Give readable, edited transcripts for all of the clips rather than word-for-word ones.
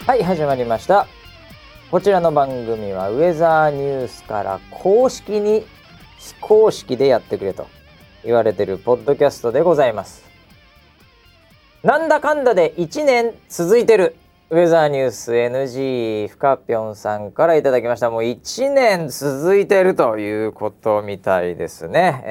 はい、始まりました。こちらの番組はウェザーニュースから公式に非公式でやってくれと言われているポッドキャストでございます。なんだかんだで1年続いてるウェザーニュース NG ふかぴょんさんからいただきました。もう1年続いてるということみたいです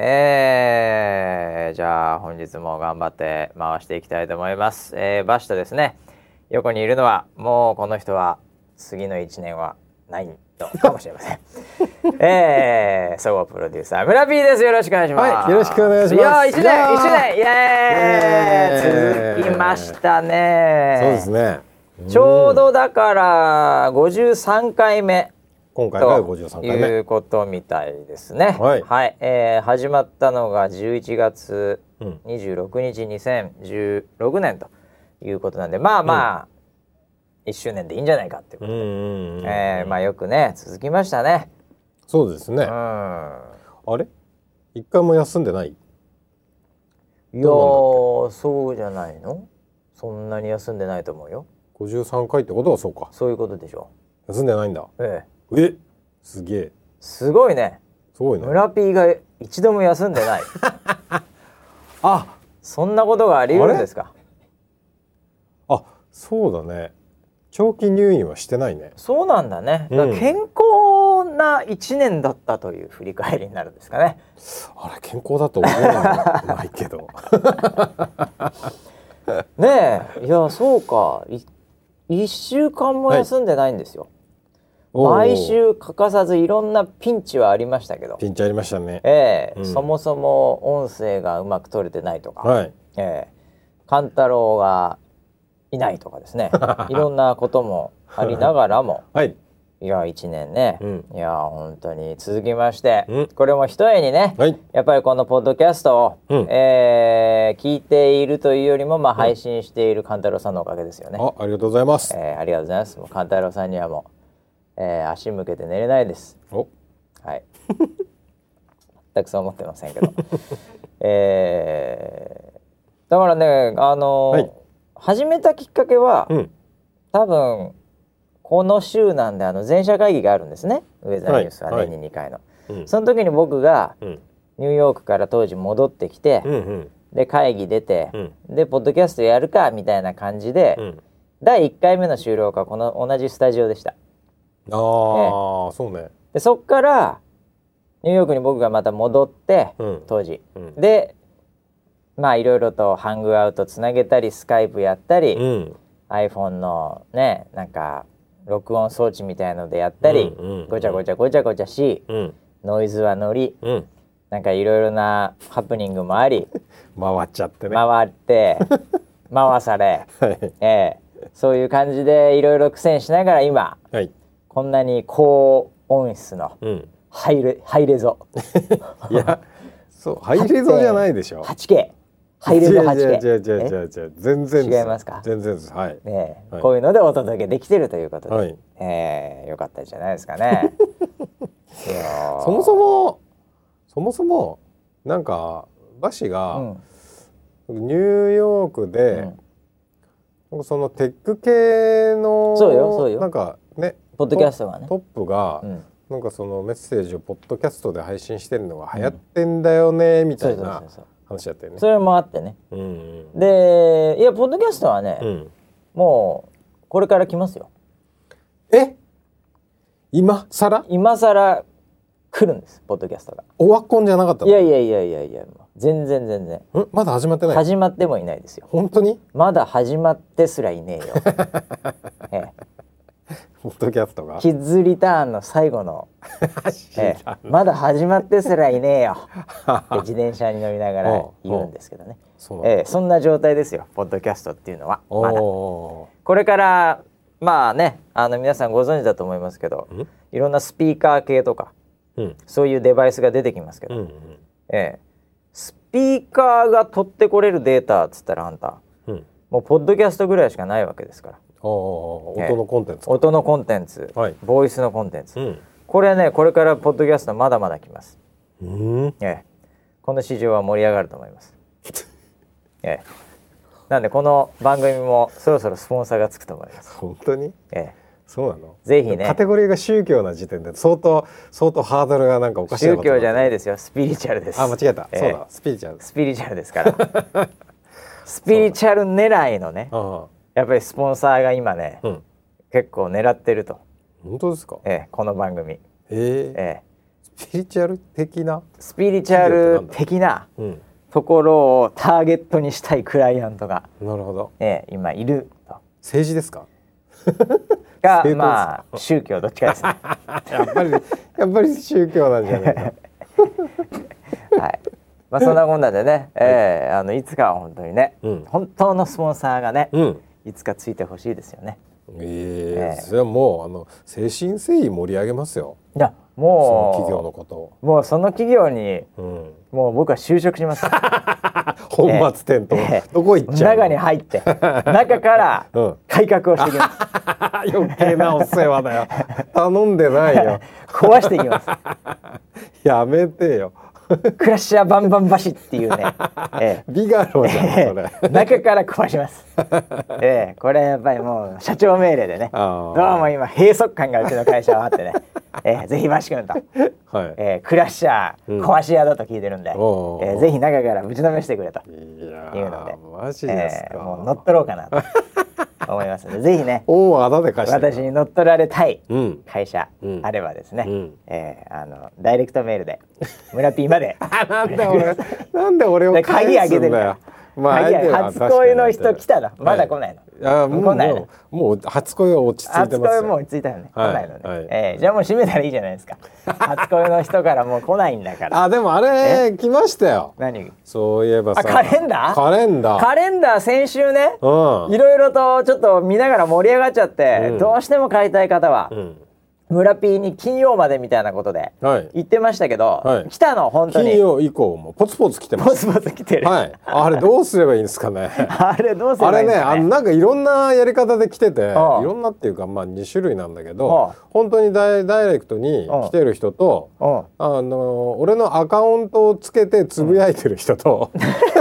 ね。じゃあ本日も頑張って回していきたいと思います。バシとですね、横にいるのはもうこの人は次の1年はないのかもしれません。総合プロデューサー村 P です。よろしくお願いします。 はい、よろしくお願いします。 いや1年イエーイ続きましたね。 そうですね。 ちょうどだから53回目今回が53回目ということみたいですね。 はい、 はい。始まったのが11月26日、2016年ということなんで、まあ、1周年でいいんじゃないかっていうことで、まあよくね続きましたね。 そうですね。あれ一回も休んでない？ いやそうじゃないの？そんなに休んでないと思うよ。 53回ってことはそうか。 そういうことでしょ。 休んでないんだ。すげえ。 すごいね。 すごいね。 村 P が一度も休んでない。 あ、 そんなことがあり得るんですか？ あ、そうだね。長期入院はしてないね。 そうなんだね。だから健康な1年だったという振り返りになるんですかね。 あれ健康だと思わないけど。 ねえ、いやそうか。1週間も休んでないんですよ。毎週欠かさずいろんなピンチはありましたけど。 ピンチありましたね。 そもそも音声がうまく取れてないとか、カンタロウがいないとかですね。いろんなこともありながらも、いや1年ね、いや本当に続きまして、これもひとえにね、やっぱりこのポッドキャストを、聞いているというよりも、配信しているカンタロウさんのおかげですよね。 ありがとうございます。 ありがとうございます。もうカンタロウさんにはもう、足向けて寝れないです。はい。全くそう思ってませんけど。だからね、始めたきっかけは、多分この週なんで全社会議があるんですね。ウェザーニュースは年に2回の。その時に僕がニューヨークから当時戻ってきて、で会議出て、でポッドキャストやるかみたいな感じで、第1回目の収録はこの同じスタジオでした。 そうね。 でそっからニューヨークに僕がまた戻って、当時、でまあいろいろとハングアウトつなげたりスカイプやったり、iPhone のねなんか録音装置みたいのでやったり、ごちゃごちゃし、ノイズは乗り、なんかいろいろなハプニングもあり回っちゃってね、 回って回され、そういう感じでいろいろ苦戦しながら今、こんなに高音質のハイレゾいやそうハイレゾじゃないでしょ。 8K ハイレゾ 8K 全然違いますか？ 全然です。 こういうのでお届けできてるということで、よかったじゃないですかね。 そもそもなんかバシが、ニューヨークで、なんかそのテック系のそうよなんかねポッドキャストがねトップが、なんかそのメッセージをポッドキャストで配信してるのが流行ってんだよね、みたいな話だったよね。 それもあってね、でいやポッドキャストはね、もうこれから来ますよ。今更来るんです。ポッドキャストがオワコンじゃなかったの？ いや全然まだ始まってない？ 始まってもいないですよ。 本当に？ まだ始まってすらいねえよ。 ポッドキャストがキッズリターンの最後の、まだ始まってすらいねえよって自転車に乗りながら言うんですけどね。そんな状態ですよポッドキャストっていうのは。まだこれからまあね皆さんご存知だと思いますけど、いろんなスピーカー系とか、そういうデバイスが出てきますけど、スピーカーが取ってこれるデータっつったらあんた、もうポッドキャストぐらいしかないわけですから。 音のコンテンツ、 音のコンテンツ、ボイスのコンテンツ、これねこれからポッドキャストまだまだ来ます。この市場は盛り上がると思います。 なんでこの番組もそろそろスポンサーがつくと思います。 本当に？そうなの？ ぜひね。 カテゴリーが宗教な時点で相当ハードルがなんかおかしい。 宗教じゃないですよ、スピリチュアルです。 あ、間違えた。そうだ、スピリチュアル。 スピリチュアルですから。スピリチュアル狙いのね、やっぱりスポンサーが今ね、結構狙ってると。 本当ですか？ この番組。 スピリチュアル的な？ スピリチュアル的なところをターゲットにしたいクライアントが、 なるほど。 今いると。 政治ですか？ がまあ宗教どっちかですね。 やっぱり宗教なんじゃないか。 はい。まあそんなこんなでね、いつかは本当にね、本当のスポンサーがね、いつかついてほしいですよね。それはもう誠心誠意盛り上げますよ。 いやもうその企業のことを。 もうその企業に、もう僕は就職します。 本末転倒。どこ行っちゃうの？ 中に入って中から改革をしていきます。 余計なお世話だよ。頼んでないよ。 壊していきます。 やめてよ。 クラッシャーバンバン橋っていうね、 ビガロじゃんそれ。 中から壊します。これやっぱりもう社長命令でね、どうも今閉塞感がうちの会社はあってね、ぜひバシ君と、クラッシャー壊し屋だと聞いてるんで、ぜひ中からぶちのめしてくれというので、 マジですか？ もう乗っ取ろうかなと思いますので、ぜひね、私に乗っ取られたい会社あればですね、ダイレクトメールで村 P までなんで俺を鍵開けてるから。初恋の人来たらまだ来ないの。来ないの。 もう初恋は落ち着いてますよ。 初恋も落ち着いたよね。来ないのね。じゃあもう閉めたらいいじゃないですか。初恋の人からもう来ないんだから。 でもあれ来ましたよ。 何？ そういえばさ。 カレンダー？カレンダー先週ね、いろいろとちょっと見ながら盛り上がっちゃって、どうしても買いたい方は。村 P に金曜までみたいなことで言ってましたけど、来たの本当に。 金曜以降もポツポツ来てます。 ポツポツ来てる。 あれどうすればいいんですかね。 あれどうすればいいんですかね。 あれね、なんかいろんなやり方で来てて、いろんなっていうかまあ2種類なんだけど、本当にダイレクトに来てる人と、俺のアカウントをつけてつぶやいてる人と、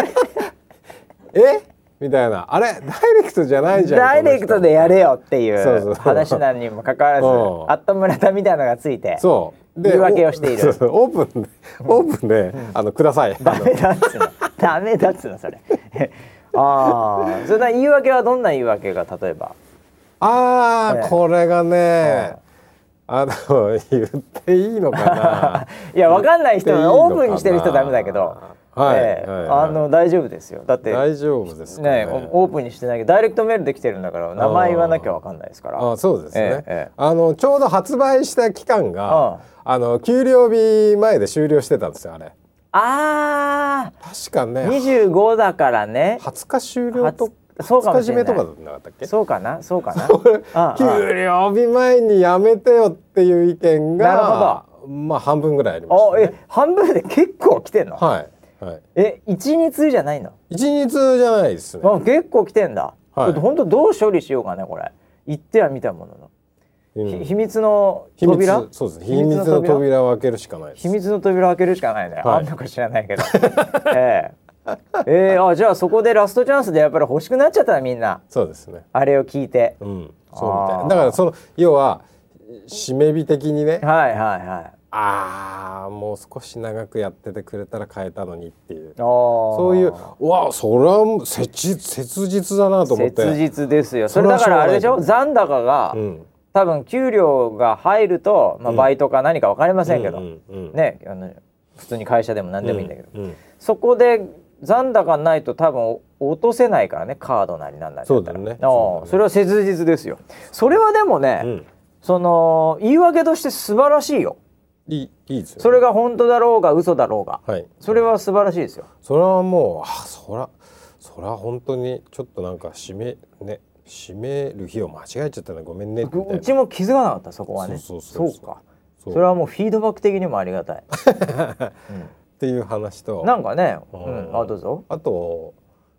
みたいな、あれダイレクトじゃないじゃん、 ダイレクトでやれよっていう話なんにもかかわらず、アット村田みたいなのがついて言い訳をしている。 オープンでください。 ダメだっつうの。ダメだっつうのそれ。それな言い訳はどんな言い訳が例えば？ これがね、言っていいのかな。 いや分かんない人はオープンにしてる人はダメだけど。大丈夫ですよ。だって大丈夫ですね。 オープンにしてないけどダイレクトメールで来てるんだから名前言わなきゃわかんないですから。 そうですね。ちょうど発売した期間が給料日前で終了してたんですよ、あれ。確かね。 25だからね。 20日終了と。 そうかもしれない。 20日締めとかだったなかったっけ？ そうかな。 給料日前にやめてよっていう意見が、なるほど。まあ半分ぐらいありましたね。 半分で結構来てんの？一日じゃないの？ 一日じゃないですね。 結構来てんだ。本当どう処理しようかねこれ。言ってはみたものの。秘密の扉？ そうですね。秘密の扉を開けるしかないです。 秘密の扉を開けるしかないね。あんのか知らないけど。じゃあそこでラストチャンスでやっぱり欲しくなっちゃったらみんな。 そうですね。 あれを聞いて。 そうみたいな。だから要は締め日的にね。もう少し長くやっててくれたら変えたのにっていう、そういうそれは切実だなと思って。 切実ですよ。それだからあれでしょ、残高が、多分給料が入ると、バイトか何か分かりませんけどね、普通に会社でも何でもいいんだけど、そこで残高ないと多分落とせないからね、カードなりなんなりだったら。それは切実ですよ。それはでもね、その言い訳として素晴らしいよ。 いいですよね。 それが本当だろうが嘘だろうが、それは素晴らしいですよ。 それはもうそれは本当にちょっとなんか締める日を間違えちゃったね、ごめんねって。 うちも気づかなかった、そこはね。そうか。それはもうフィードバック的にもありがたい。 っていう話と、 なんかね、どうぞ。 あと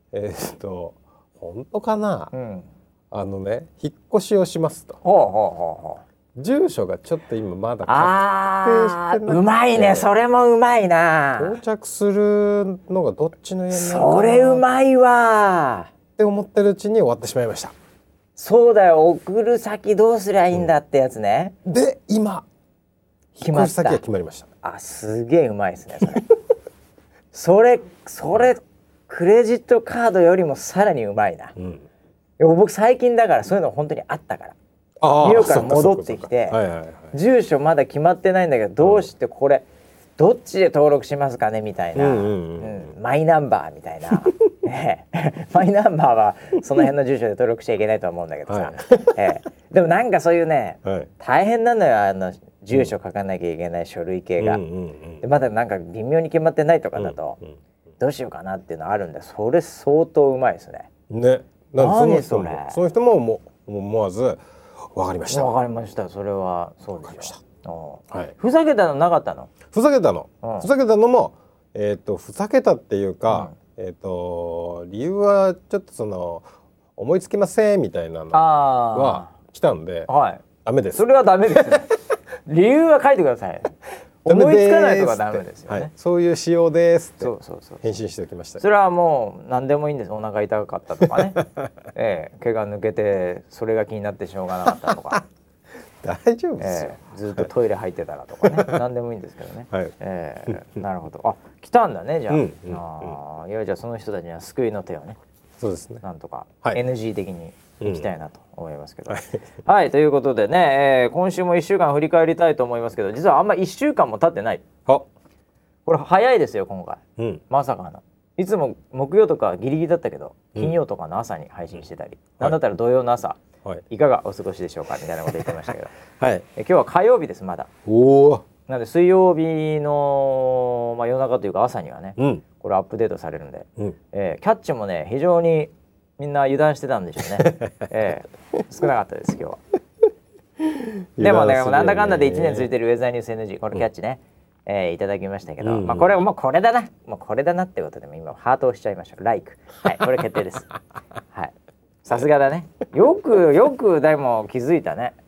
本当かな、引っ越しをしますと。住所がちょっと今まだ確定してなくて。 うまいね、それもうまいな。 到着するのがどっちの家になるかな。 それうまいわ。 って思ってるうちに終わってしまいました。 そうだよ、送る先どうすりゃいいんだってやつね、 で今決まった。 引っ越し先が決まりました。 あ、すげえうまいですねそれクレジットカードよりもさらにうまいな、僕最近だからそういうの本当にあったから、ニューヨークから戻ってきて、住所まだ決まってないんだけど、どうしてこれどっちで登録しますかねみたいな、マイナンバーみたいなマイナンバーはその辺の住所で登録しちゃいけないと思うんだけどさ、でもなんかそういうね、大変なのよ、住所書かなきゃいけない書類系が、でまだなんか微妙に決まってないとかだと、どうしようかなっていうのあるんで、それ相当うまいですね。 ね、 何それ。 その人ももう思わず分かりました。 分かりました。それはそうですよ。 はい、 ふざけたのなかったの？ ふざけたのもふざけたっていうか、理由はちょっとその思いつきませんみたいなのは来たんで、ダメです。 それはダメですね理由は書いてください。思いつかないとかダメですよね。 そういう仕様ですって返信しておきました。 それはもう何でもいいんです。お腹痛かったとかね毛が抜けてそれが気になってしょうがなかったとか大丈夫ですよ、 ずっとトイレ入ってたらとかね何でもいいんですけどね、なるほど。あ、来たんだねじゃあ、いやじゃあその人たちには救いの手をね、 そうですね、 なんとか NG 的にいきたいなと思いますけど、はい、ということでね、今週も1週間振り返りたいと思いますけど、実はあんま1週間も経ってない。これ早いですよ今回、まさかの。いつも木曜とかギリギリだったけど、金曜とかの朝に配信してたり、なんだったら土曜の朝、いかがお過ごしでしょうかみたいなこと言ってましたけど、今日は火曜日です。まだなので水曜日の、夜中というか朝にはね、これアップデートされるんで、キャッチもね非常にみんな油断してたんでしょうね少なかったです今日はでもね、なんだかんだで1年続いてるウェザーニュース NG、 これキャッチね、いただきましたけど、これもうこれだな、もうこれだなってことでも今ハートをしちゃいましょう。LIKE、これ決定ですはい、さすがだね。よくでも気づいたね。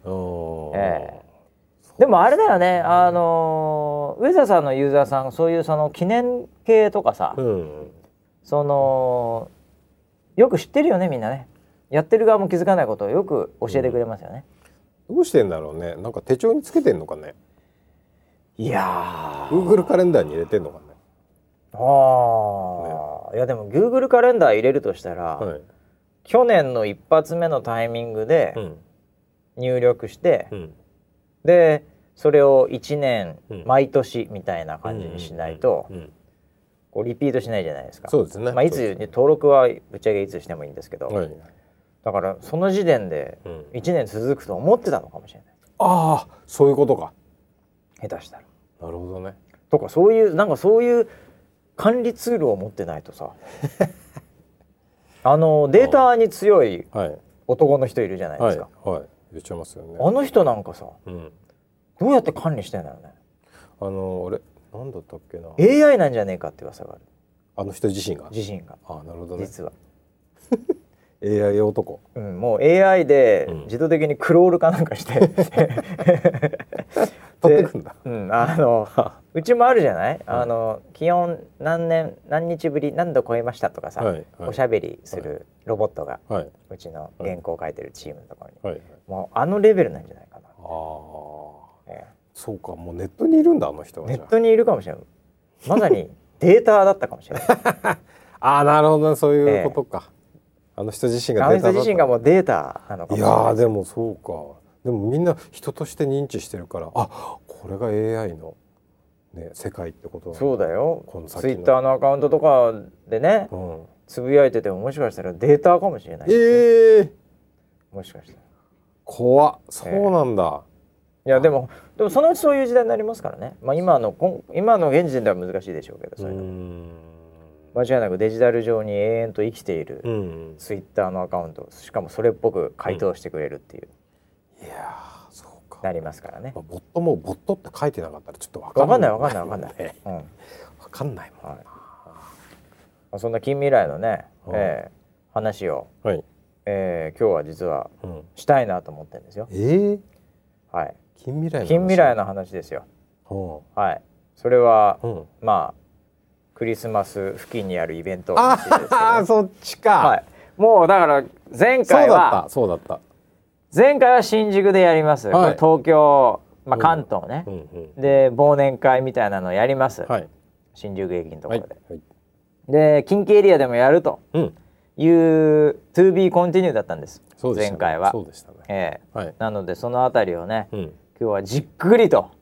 でもあれだよね、ウェザーさんのユーザーさん、そういうその記念系とかさ、そのよく知ってるよねみんなね。やってる側も気づかないことをよく教えてくれますよね。 どうしてんだろうね。なんか手帳につけてんのかね。 いやー、 Google カレンダーに入れてんのかね。 いやでも Google カレンダー入れるとしたら、去年の一発目のタイミングで入力して、でそれを1年、毎年みたいな感じにしないと、こうリピートしないじゃないですか。 そうですね。 いつ登録はぶっちゃけいつしてもいいんですけど、だからその時点で1年続くと思ってたのかもしれない。 ああ、そういうことか。 下手したら。 なるほどね。 とかそういう管理ツールを持ってないとさデータに強い男の人いるじゃないですか。 言っちゃいますよね。 あの人なんかさ、どうやって管理してんだろうね。 あれなんだったっけな。 AI なんじゃねえかって噂がある。 あの人自身が。 あ、なるほどね。実は AI 男、 もう AI で自動的にクロールかなんかして取ってくんだ。 うちもあるじゃない、気温何日ぶり何度超えましたとかさ、おしゃべりするロボットが、うちの原稿を書いてるチームのところに、もうレベルなんじゃないかな。 そうか、もうネットにいるんだ、あの人は。 ネットにいるかもしれない。まさにデータだったかもしれないなるほどね、そういうことか。あの人自身がデータだった。あの人自身がもうデータなのかもしれない。 いやでもそうか。でもみんな人として認知してるから、これが AI の、世界ってことなんだ。 そうだよ。ツイッターのアカウントとかでね、つぶやいててももしかしたらデータかもしれないですよ。もしかしたら。 怖っ。そうなんだ。 いやでもそのうちそういう時代になりますからね。今の現時点では難しいでしょうけど、そういうの間違いなくデジタル上に永遠と生きているツイッターのアカウント、しかもそれっぽく回答してくれるっていう、 いやそうか、 なりますからね。 ボットもボットって書いてなかったらちょっと分かんない分かんないもん。 そんな近未来のね、話を、今日は実はしたいなと思ってるんですよ。近未来の話ですよ。それは、クリスマス付近にあるイベント。 そっちか。 もうだから前回はそうだった前回は新宿でやります、はい、東京、まあ、関東ね、で忘年会みたいなのをやります、はい、新宿駅のところで、はい、で近畿エリアでもやるという、To be continue だったんです、前回は。そうでしたね、はい、なのでそのあたりをね、今日はじっくりと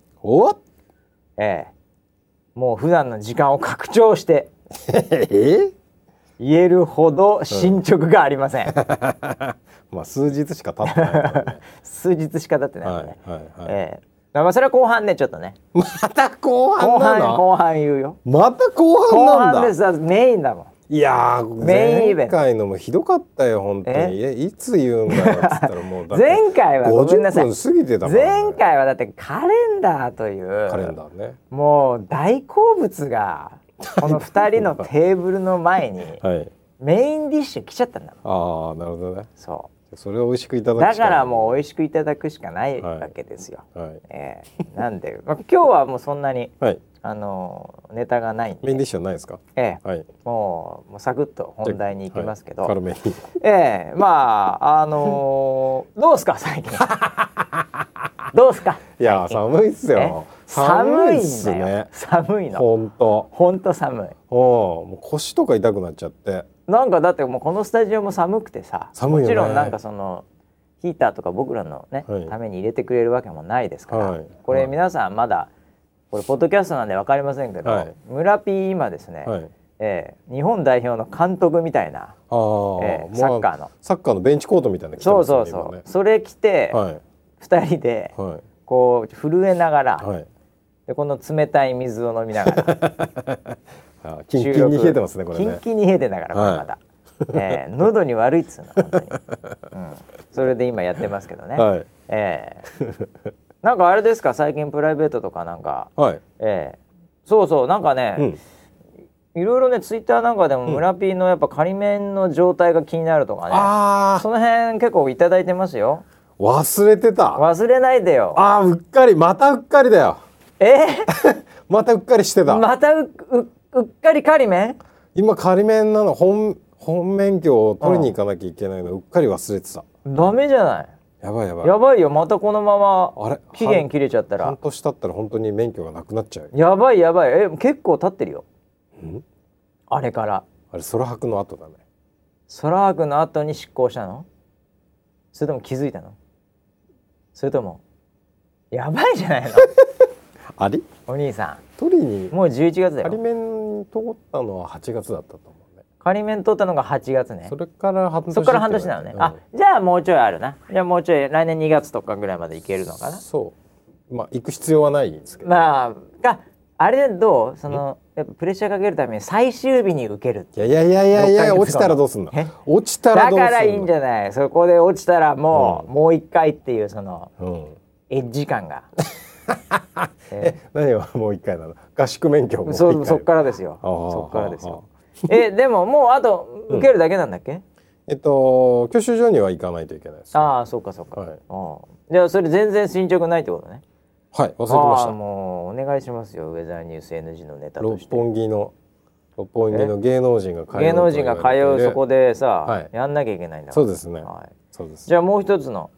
もう普段の時間を拡張して言えるほど進捗がありません、 まあ数日しか経ってないからね数日しか経ってないからね、まあそれは後半ねちょっとねまた後半なの後半言うよまた後半なんだ後半ですメインだもん。 いや前回のもひどかったよ本当にいつ言うんだよっつったらもう前回はごめんなさい 50分過ぎてたもんね。 前回はだってカレンダーというカレンダーねもう大好物がこの2人のテーブルの前にメインディッシュ来ちゃったんだああなるほどね。 それを美味しくいただくしかない。 だからもう美味しくいただくしかないわけですよ、なんで、まあ、今日はもうそんなに、ネタがないんでメインディッシュはないですか。 もうサクッと本題に行きますけど、 軽めにまあどうですか最近どうですか。 いや寒いっすよ。 寒いんだよ。寒いの。ほんと寒い。 もう腰とか痛くなっちゃって。 なんかだってもうこのスタジオも寒くてさ、もちろんなんかそのヒーターとか僕らのね、ために入れてくれるわけもないですから、これ皆さんまだこれポッドキャストなんで分かりませんけど、村 P 今ですね、日本代表の監督みたいな、サッカーのベンチコートみたいな着てますね。そうそれ着て、2人でこう震えながら、でこの冷たい水を飲みながらキンキンに冷えてますねこれね。 キンキンに冷えてんだからこれまた、喉に悪いっつうの本当に、それで今やってますけどね、なんかあれですか最近プライベートとかなんか、そうなんかね、いろいろねツイッターなんかでも村 P のやっぱ仮面の状態が気になるとかね、その辺結構いただいてますよ。 忘れてた。 忘れないでよ。 うっかりまたうっかりだよ。またうっかりしてた。 またうっかり仮面。 今仮面なの本免許を取りに行かなきゃいけないのうっかり忘れてた。 ダメじゃない。やばいよ。またこのまま期限切れちゃったら半年経ったら本当に免許がなくなっちゃう。 やばい結構経ってるよ。あれからあれ空白の後だね。 空白の後に執行したの？それとも気づいたの？それともやばいじゃないのあれお兄さん取りにもう11月だよ。 仮面通ったのは8月だったと思うね。 仮面取ったのが8月ね。 そこから半年なのね、じゃあもうちょいあるな。じゃあもうちょい来年2月とかぐらいまでいけるのかな。 まあ行く必要はないんですけど、 あれでどうそのやっぱプレッシャーかけるために最終日に受けるって。 いや落ちたらどうすんの。落ちたらどうすんの。 だからいいんじゃない。そこで落ちたらもう一回っていうその、エッジ感が何がもう一回なの。合宿免許もそっからですよ。でももうあと受けるだけなんだっけ。 教習所には行かないといけないです。 そうか、じゃあそれ全然進捗ないってことね。 忘れてました。 もうお願いしますよ。ウェザーニュース NG のネタとして。 六本木の芸能人が通うそこでさ、やんなきゃいけないんだ。 そうですね。 じゃあもう一つの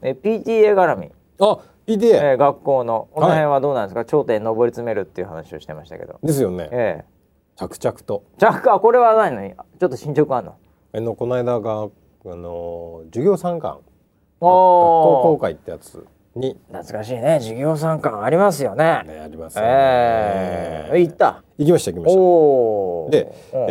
PTA 絡み。 PTA、 学校のこの辺はどうなんですか。頂点に上り詰めるっていう話をしてましたけど。 ですよね。着々と。 これは何のちょっと進捗あるの？ この間が授業参観学校公開ってやつに。 懐かしいね。授業参観ありますよね。 ありますね。 行きました。 で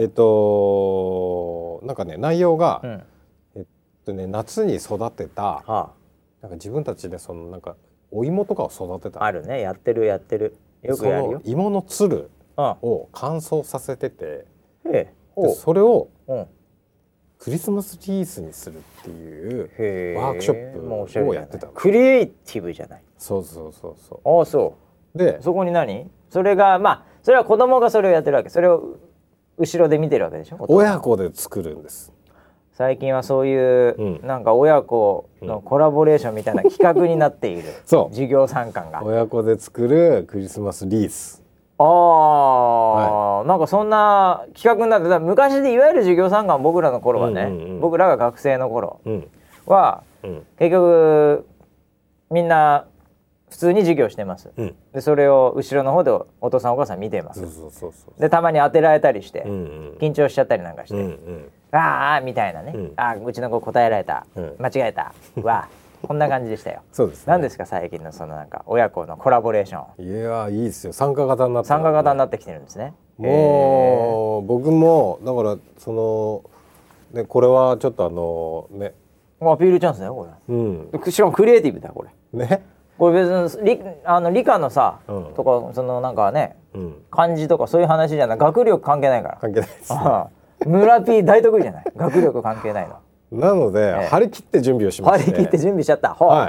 なんかね内容が、夏に育てた、なんか自分たちでそのなんかお芋とかを育てた。 あるね。やってるよくやるよ。 その芋のつるを乾燥させてて、それをクリスマスリースにするっていうワークショップをやってたの。 クリエイティブじゃない。 そうでそこにそれがそれは子供がそれをやってるわけ。それを後ろで見てるわけでしょ。 親子で作るんです。 最近はそういう、なんか親子のコラボレーションみたいな企画になっている、授業参観が親子で作るクリスマスリースはい、なんかそんな企画になってた。昔でいわゆる授業参観、僕らの頃はね、僕らが学生の頃は、結局みんな普通に授業してます、でそれを後ろの方でお父さんお母さん見てます。でたまに当てられたりして、緊張しちゃったりなんかして、ああみたいなね、うちの子答えられた、間違えたわこんな感じでしたよ。 そうですね。 何ですか最近のそのなんか親子のコラボレーション。 いやいいですよ。参加型になって、 参加型になってきてるんですね。 もう僕もだからそのね、これはちょっとねアピールチャンスだよこれ。しかもクリエイティブだこれ。ね。これ別に理科のさ、とかそのなんかね、漢字とかそういう話じゃない。学力関係ないから。関係ないです、ね。村 P 大得意じゃない。学力関係ないの。 なので、張り切って準備をしまして。 張り切って準備しちゃった。 はい。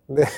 で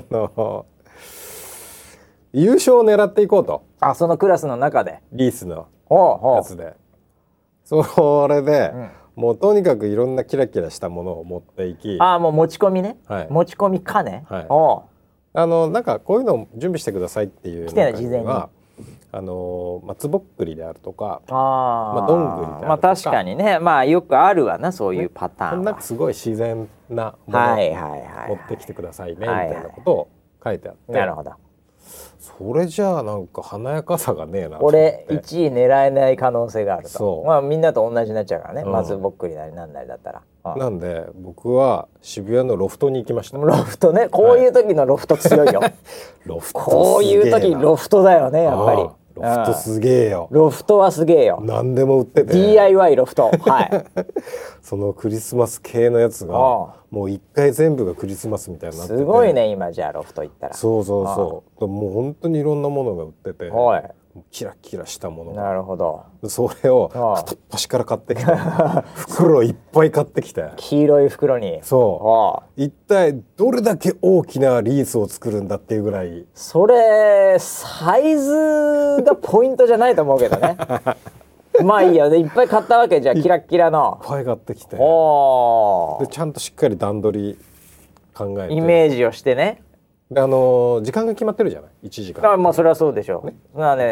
優勝を狙っていこうと。 そのクラスの中で。 リースのやつで。それで、もうとにかくいろんなキラキラしたものを持っていき。 もう持ち込みね。持ち込みかね。 なんかこういうのを準備してくださいっていう中には。松ぼっくりであるとか、どんぐりであるとか、 確かにね、よくあるわなそういうパターンは。 なんかすごい自然なものを持ってきてくださいねみたいなことを書いてあって、 なるほど。 それじゃあなんか華やかさがねえな。 俺1位狙えない可能性があると。みんなと同じになっちゃうからね、松ぼっくりなりなんなりだったら。 なんで僕は渋谷のロフトに行きました。 ロフトね、こういう時のロフト強いよ。 ロフトこういう時ロフトだよねやっぱり。 ロフトすげえよ。 ロフトはすげえよ。 何でも売ってて DIY ロフト。はい。 そのクリスマス系のやつがもう一回全部がクリスマスみたいになってて、 すごいね今じゃあロフト行ったら。 そうもう本当にいろんなものが売ってて、キラキラしたものが。 なるほど。 それを片っ端から買ってきて袋いっぱい買ってきて、 黄色い袋に。 一体どれだけ大きなリースを作るんだっていうぐらい。 それサイズがポイントじゃないと思うけどね。いいやでいっぱい買ったわけじゃキラキラの。 いっぱい買ってきて、でちゃんとしっかり段取り考えてイメージをしてね。 で時間が決まってるじゃない、1時間。 それはそうでしょうね。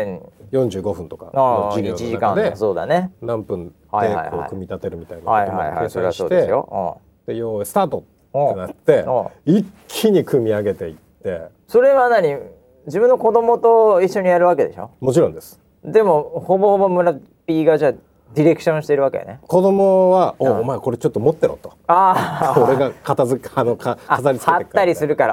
45分とかの授業の中でそうだね、 何分でこう組み立てるみたいなことも計算して、で用意スタートってなって一気に組み上げていって。 それは自分の子供と一緒にやるわけでしょ。 もちろんです。 でもほぼほぼ村 P がじゃあディレクションしてるわけね。 子供はお前これちょっと持ってろと。俺が飾り付けてるから貼ったりするから。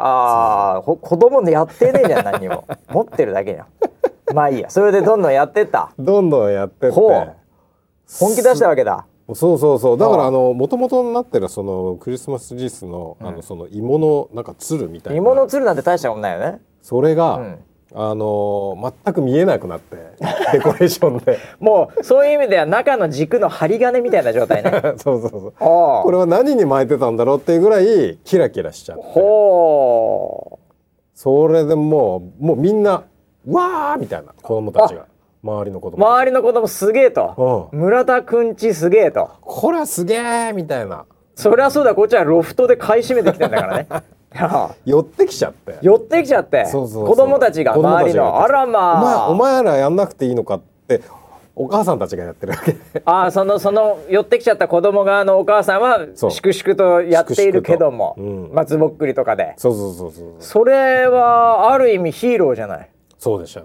子供でやってねえじゃん何にも。持ってるだけじゃん。いいや。それでどんどんやってった。 どんどんやってって本気出したわけだ。 そうだからもともとになってるそのクリスマスリースのその芋のなんかつるみたいな。 芋のつるなんて大したことないよね。 それが全く見えなくなってデコレーションでもうそういう意味では中の軸の針金みたいな状態ね。 そうこれは何に巻いてたんだろうっていうぐらいキラキラしちゃって、それでもうみんなわーみたいな、子供たちが周りの子供すげえと、村田くんちすげえと、 これはすげえみたいな。 そりゃそうだ、こっちはロフトで買い占めてきてんだからね。 寄ってきちゃって子供たちが周りの、あらお前らやんなくていいのかってお母さんたちがやってるわけでその寄ってきちゃった子供側のお母さんは粛々とやっているけども、松ぼっくりとかでそれはある意味ヒーローじゃない。 そうでしたね。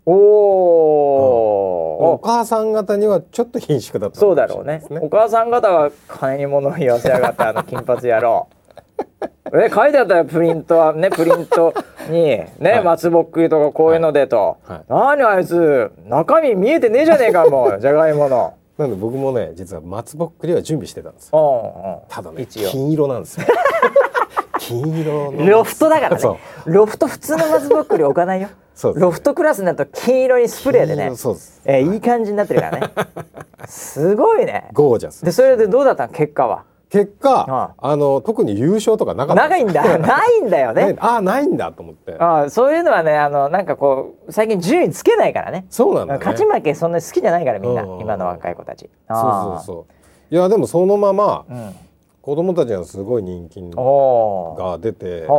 お母さん方にはちょっと貧縮だった。 そうだろうね。お母さん方は金に物を言わせやがった金髪野郎。書いてあったよプリントにね、松ぼっくりとかこういうのでと、何あいつ中身見えてねえじゃねえかもうじゃがいもの。 なんで僕もね実は松ぼっくりは準備してたんですよ。ただね金色なんですよ。金色のロフトだからね。ロフト普通の松ぼっくり置かないよ。ロフトクラスになると金色にスプレーでね、いい感じになってるからね。すごいね。 ゴージャスでそれでどうだったの結果は。 特に優勝とかなかった。 ないんだよね。 ないんだと思って。 そういうのはねなんかこう最近順位つけないからね。 そうなんだね。 勝ち負けそんなに好きじゃないからみんな、今の若い子たち。 そういやでもそのまま子供たちがすごい人気が出て、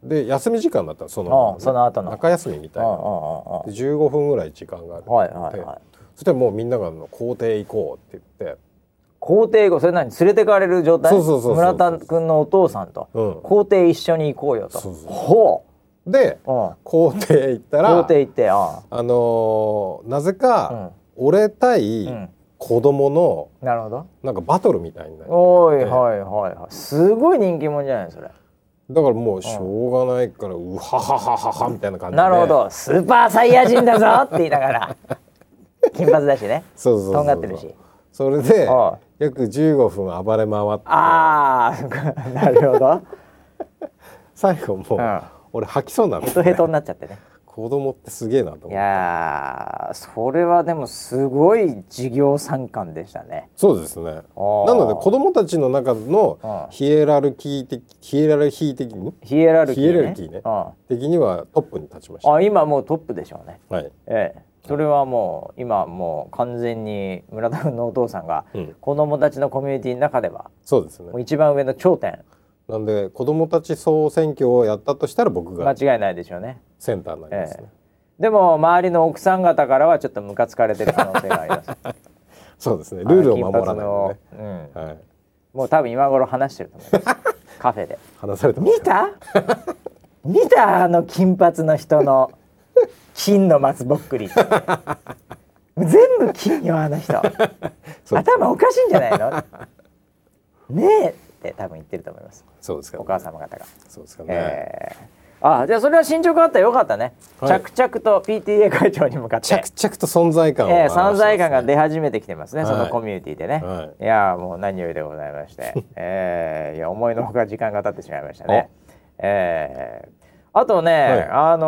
で休み時間だったその後の中休みみたいなで15分ぐらい時間があるって、そしたらもうみんなが校庭行こうって言って校庭行こうそれ何連れてかれる状態村田君のお父さんと、校庭一緒に行こうよとほうで校庭行ったら校庭行ってなぜか、俺対子供のなるほどなんかバトルみたいになっておいはいはいはいすごい人気者じゃないそれだからもうしょうがないからうはははははみたいな感じでなるほどスーパーサイヤ人だぞって言いながら金髪だしねとんがってるしそれで約15分暴れ回ってああなるほど最後もう、俺吐きそうなの、ね、 ヘトヘトになっちゃってね子供ってすげえなと思って。 いやそれはでもすごい授業参観でしたね。 そうですね。なので子供たちの中のヒエラルキー的にね、的にはトップに立ちました。 今もうトップでしょうね。 はい。 それはもう今もう完全に村田君のお父さんが子供たちのコミュニティの中では、 そうですね。 もう一番上の頂点。 なんで子どもたち総選挙をやったとしたら僕が間違いないでしょうねセンターになりますね、 でも周りの奥さん方からはちょっとムカつかれてる可能性がありますそうですねルールを守らないのね、 もう多分今頃話してると思いますカフェで話されてます見た金髪の人の金の松ぼっくり全部金よ人頭おかしいんじゃないのねえって多分言ってると思います。 そうですか、ね、 お母様方が。 そうですかね。 じゃあそれは進捗あったよかったね。着々と PTA 会長に向かって着々と存在感を表してますね。 存在感が出始めてきてますね、そのコミュニティでね。いやもう何よりでございまして、いや思いのほか時間が経ってしまいましたね。あとね、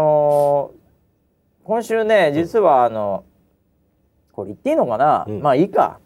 今週ね実はこれ言っていいのかな、まあいいか。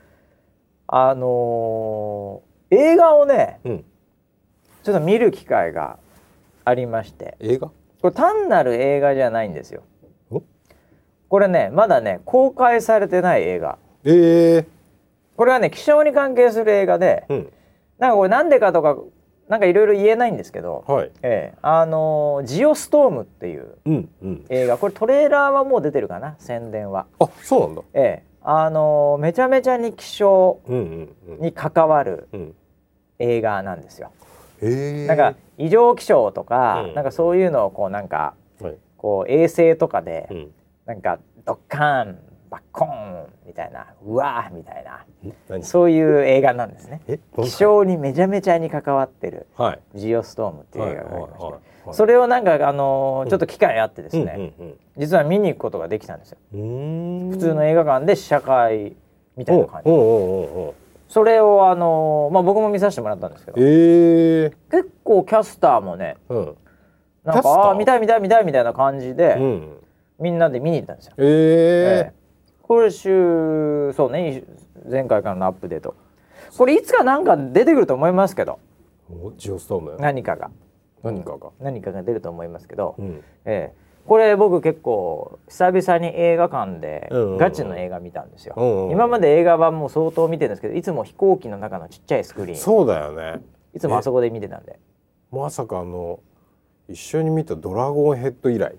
映画をね、ちょっと見る機会がありまして。 映画？ これ単なる映画じゃないんですよ。これねまだね公開されてない映画。これはね気象に関係する映画で、なんかこれなんでかとかなんかいろいろ言えないんですけど、ジオストームっていう映画、これトレーラーはもう出てるかな、宣伝は。 あ、そうなんだ。 めちゃめちゃに気象に関わる映画なんですよ。なんか異常気象とか、なんかそういうのをこうなんか、こう衛星とかで、なんかドッカーンバッコーンみたいなうわーみたいなそういう映画なんですね。気象にめちゃめちゃに関わってるジオストームっていう映画がありまして、それをなんかちょっと機会あってですね、実は見に行くことができたんですよ。普通の映画館で試写会みたいな感じで。それを僕も見させてもらったんですけど、結構キャスターもね、なんか見たいみたいな感じで、みんなで見に行ったんですよ。今週そうね、前回からのアップデート、これいつかなんか出てくると思いますけど、 ジオストーム何かが出ると思いますけど、これ僕結構久々に映画館でガチの映画見たんですよ。今まで映画版も相当見てるんですけど、いつも飛行機の中のちっちゃいスクリーン、 そうだよね、 いつもあそこで見てたんで。 まさか一緒に見たドラゴンヘッド以来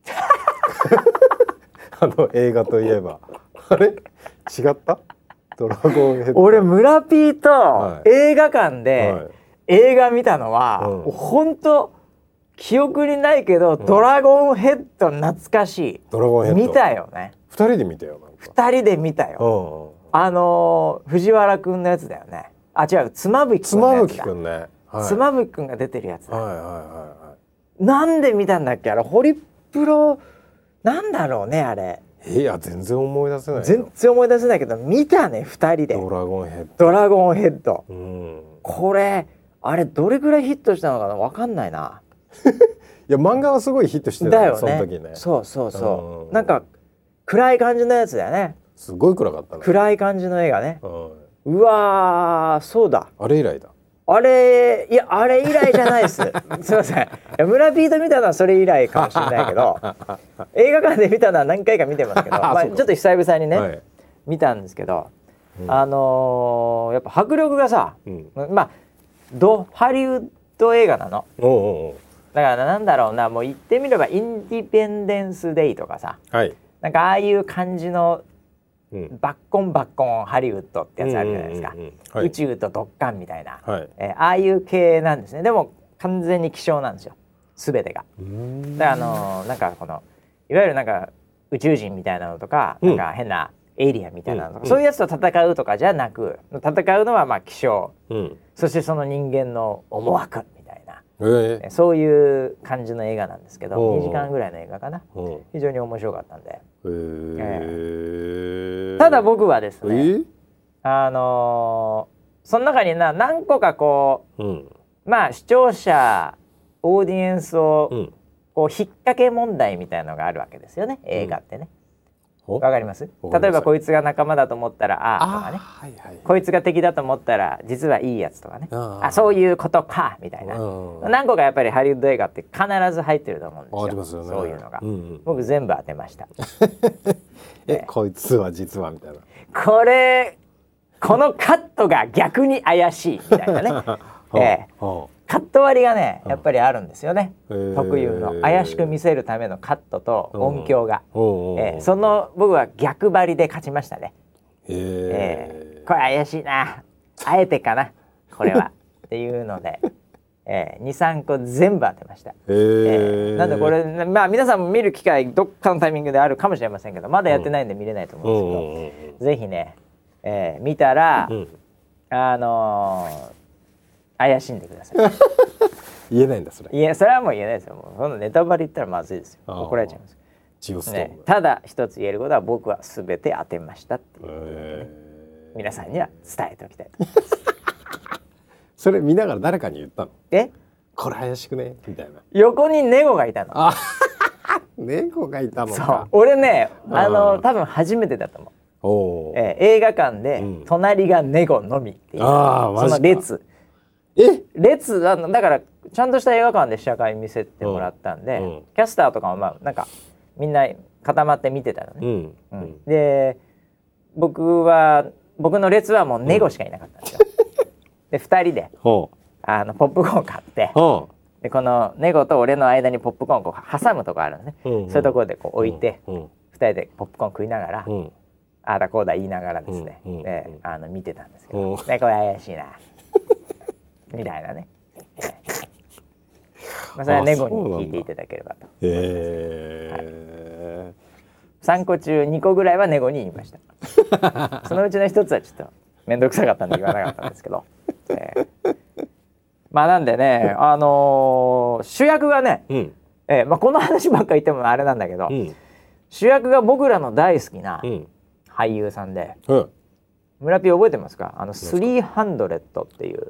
映画といえばあれ違ったドラゴンヘッド。 俺村 P と映画館で映画見たのは本当記憶にないけど、ドラゴンヘッド懐かしい。 ドラゴンヘッド見たよね。 2人で見たよ。 2人で見たよ。藤原くんのやつだよね。あ、違う、妻夫木くんのやつだ。妻夫木くんが出てるやつだ。なんで見たんだっけあれ、ホリプロなんだろうねあれ。 いや全然思い出せない。 全然思い出せないけど見たね、2人で。 ドラゴンヘッド。 ドラゴンヘッド。これあれどれぐらいヒットしたのかな、分かんないな。 いや漫画はすごいヒットしてたよね、その時ね。 そうなんか暗い感じのやつだよね。すごい暗かったね。 暗い感じの映画ね。うわー、そうだ、 あれ以来だ。 あれ以来じゃないです。すいません、村ピート見たのはそれ以来かもしれないけど映画館で見たのは何回か見てますけどちょっと久々にね、見たんですけど、やっぱ迫力がさ、まあドハリウッド映画なの。 だからなんだろうな、もう言ってみればインディペンデンスデイとかさ、 はい、 なんかああいう感じのバッコンバッコンハリウッドってやつあるじゃないですか、宇宙とドッカンみたいな、はい、ああいう系なんですね。でも完全に希少なんですよ、全てが。だからなんかこのいわゆるなんか宇宙人みたいなのとか、なんか変なエイリアンみたいなのとか、そういうやつと戦うとかじゃなく、戦うのはまあ希少、そしてその人間の思惑みたいな、そういう感じの映画なんですけど、2時間ぐらいの映画かな、非常に面白かったんで、ただ僕はですね、その中に何個かこう、まあ視聴者オーディエンスをこう引っ掛け問題みたいなのがあるわけですよね、映画ってね。わかります？例えばこいつが仲間だと思ったらとかね、こいつが敵だと思ったら実はいいやつとかね、そういうことかみたいな、何個かやっぱりハリウッド映画って必ず入ってると思うんですよ、そういうのが。僕全部当てました。 こいつは実はみたいな、 このカットが逆に怪しいみたいなねカット割りがねやっぱりあるんですよね、特有の怪しく見せるためのカットと音響が、その僕は逆張りで勝ちましたね。これ怪しいな、あえてかなこれはっていうので、2、3個全部当てました。なんでこれ、まあ皆さんも見る機会どっかのタイミングであるかもしれませんけど、まだやってないんで見れないと思うんですけど、ぜひね、見たら、怪しんでください。 言えないんだそれ。 いや、それはもう言えないですよ。もうそのネタバレ言ったらまずいですよ。怒られちゃいます。ただ一つ言えることは、僕は全て当てましたっていう、皆さんには伝えておきたいと思います。 それ見ながら誰かに言ったの？これ怪しくねみたいな。 横にネゴがいたの。 猫がいたのか。 そう、俺ね、多分初めてだと思う。映画館で隣がネゴのみっていう、その列だからちゃんとした映画館で試写会見せてもらったんで、キャスターとかもまあなんかみんな固まって見てたのね。で僕の列はもうネゴしかいなかったんですよ。で2人でポップコーン買って、でこのネゴと俺の間にポップコーンをこう挟むとこあるんですね。そういうところでこう置いて、2人でポップコーン食いながら、ああだこうだ言いながらですね、で見てたんですけど、これ怪しいなみたいなね。それはネゴに聞いていただければと思います。3個中2個ぐらいはネゴに言いました。そのうちの1つはちょっと面倒くさかったんで言わなかったんですけど、まあなんでね、主役がね、この話ばっかり言ってもあれなんだけど、主役が僕らの大好きな俳優さんで、村ピー覚えてますか？300っていう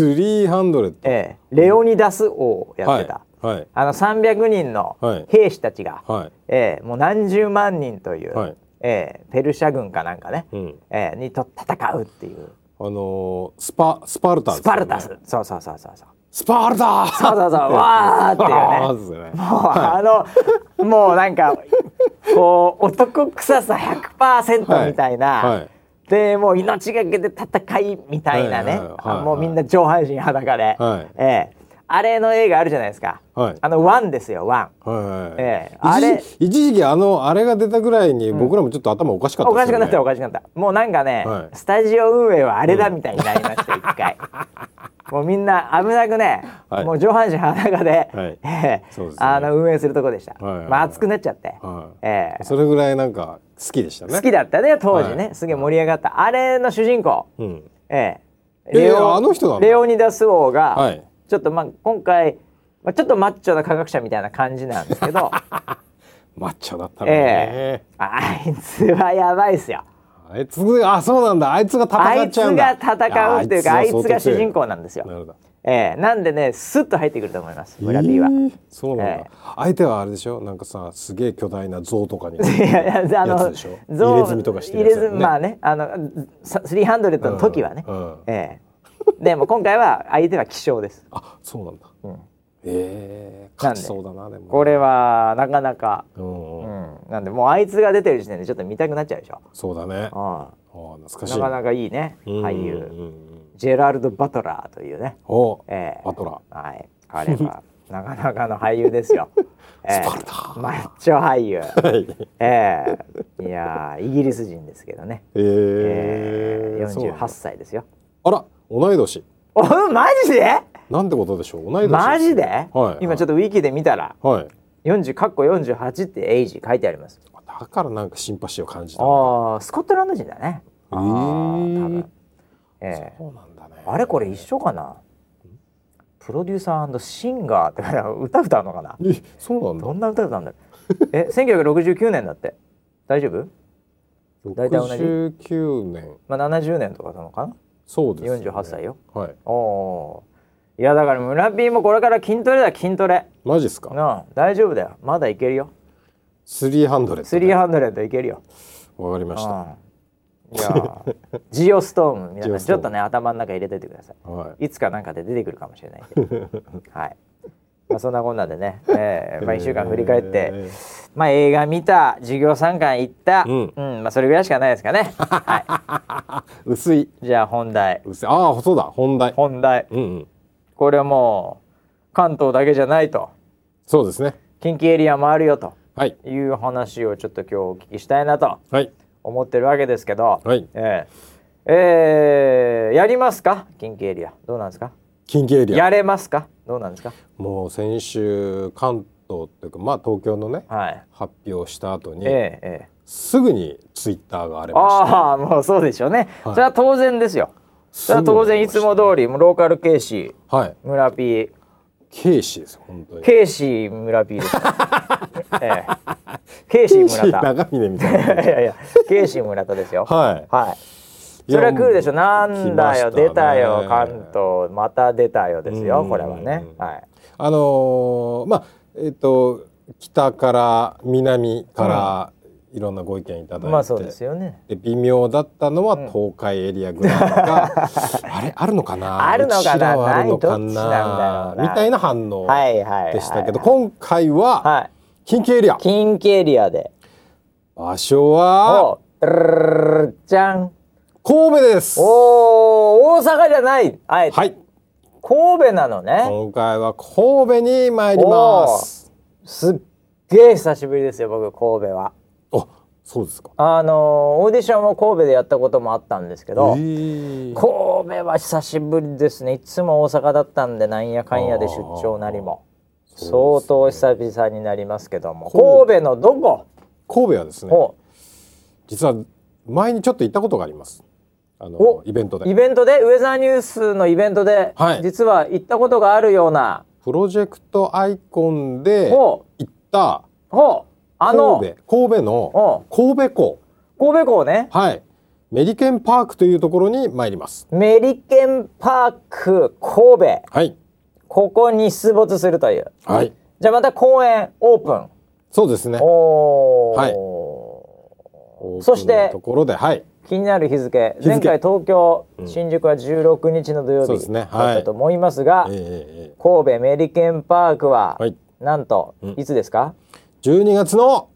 300、 レオニダス王をやってた、300人の兵士たちが、もう何十万人という、ペルシャ軍かなんかね、にと戦うっていう、 スパルタス、 そうスパルタわーっていうね、もうなんかこう男臭さ 100% みたいな、でもう命がけで戦いみたいなね、もうみんな上半身裸で、あれの映画あるじゃないですか、ワンですよ、ワン。 一時期あれが出たぐらいに僕らもちょっと頭おかしかったですよね。 おかしかった。もうなんかね、スタジオ運営はあれだみたいになりました、一回。もうみんな危なくね、もう上半身裸で運営するとこでした。熱くなっちゃって、 それぐらいなんか好きでしたね。 好きだったね当時ね、すげえ盛り上がった。あれの主人公、 あの人なんだ。 レオニダス王がちょっと今回ちょっとマッチョな科学者みたいな感じなんですけどマッチョだったね。 あいつはやばいっすよ。 そうなんだ。あいつが戦っちゃうんだ。 あいつが戦うっていうか、あいつが主人公なんですよ。なんでね、スッと入ってくると思います、村 P は。 そうなんだ。相手はあれでしょ、なんかさ、すげえ巨大な象とかにやつでしょ。入れ墨とかしてるやつだよね。 まあね、300の時はね。でも今回は相手は希少です。 そうなんだ。勝ちそうだな。でもこれはなかなか、なんでもうあいつが出てる時点でちょっと見たくなっちゃうでしょ。 そうだね。懐かしい。 なかなかいいね、俳優ジェラルド・バトラーというね。 バトラー、彼はなかなかの俳優ですよ。 スパルタマッチョ俳優。 はいいやイギリス人ですけどね。48歳ですよ。 あら同い年。 マジで？ なんてことでしょう。同い年。 マジで？ はい、 今ちょっとウィキで見たら、 はい、 48ってエイジ書いてあります。 だからなんかシンパシーを感じたのか。 スコットランド人だね。多分。 そうなんだね。 あれこれ一緒かな。プロデューサー&シンガーって歌歌うのかな。 そうなんだ。 どんな歌歌うんだろう。1969年だって。大丈夫？大体同じ。 69年。 まあ70年とかなのかな。 そうですね。 48歳よ。 はい。 いやだから村 P もこれから筋トレだ筋トレ。 マジっすか。 大丈夫だよ。まだいけるよ。300いけるよ。 わかりました。 いやジオストーム皆さんちょっとね頭の中入れててください、はい、いつかなんかで出てくるかもしれないんではい、まあ、そんなこんなでね、まあ、1週間振り返って、まあ、映画見た授業参観行った、まあ、それぐらいしかないですかね、はい、 薄い。 じゃあ本題。 そうだ本題、 これはもう関東だけじゃないと。 そうですね。 近畿エリアもあるよと、 はい、 いう話をちょっと今日お聞きしたいなと、 はい、 思ってるわけですけど、 はい、 やりますか近畿エリア。どうなんですか近畿エリア。 やれますかどうなんですか。 もう先週関東っていうかまあ東京のね、はい、発表した後に、すぐにツイッターが荒れました。 もうそうでしょうね、はい、それは当然ですよ。それは当然いつも通りローカル警視、はい、村 P 警視です本当に。 警視村 P です警視村田長峰みたいな。 いや警視村田ですよ。 はいはい。それは来るでしょ。なんだよ、出たよ関東また出たよですよこれはね。はい。 まあ北から南からいろんなご意見いただいて、 まあそうですよね。 で微妙だったのは東海エリアぐらいが、あれあるのかな、 あるのかな、 ないどっちなんだろうなみたいな反応でしたけど、今回は近畿エリア。 近畿エリアで場所はじゃん神戸です。 大阪じゃない。 はい。 神戸なのね。 今回は神戸に参ります。 すっげえ久しぶりですよ僕神戸は。 そうですか。 オーディションも神戸でやったこともあったんですけど、神戸は久しぶりですね。いつも大阪だったんでなんやかんやで出張なりも相当久々になりますけども、神戸のどこ？ 神戸はですね、実は前にちょっと行ったことがあります。イベントでウェザーニュースのイベントで、はい、実は行ったことがあるようなプロジェクトアイコンで行った神戸の神戸港ね。 はい。メリケンパークというところに参ります。 メリケンパーク神戸。 はい。 ここに出没するという。 はい。 じゃあまた公演オープン。 そうですね。 はい。そしてところで、はい。 気になる日付。前回東京、新宿は16日の土曜日だったと思いますが、神戸メリケンパークはなんといつですか ？12月の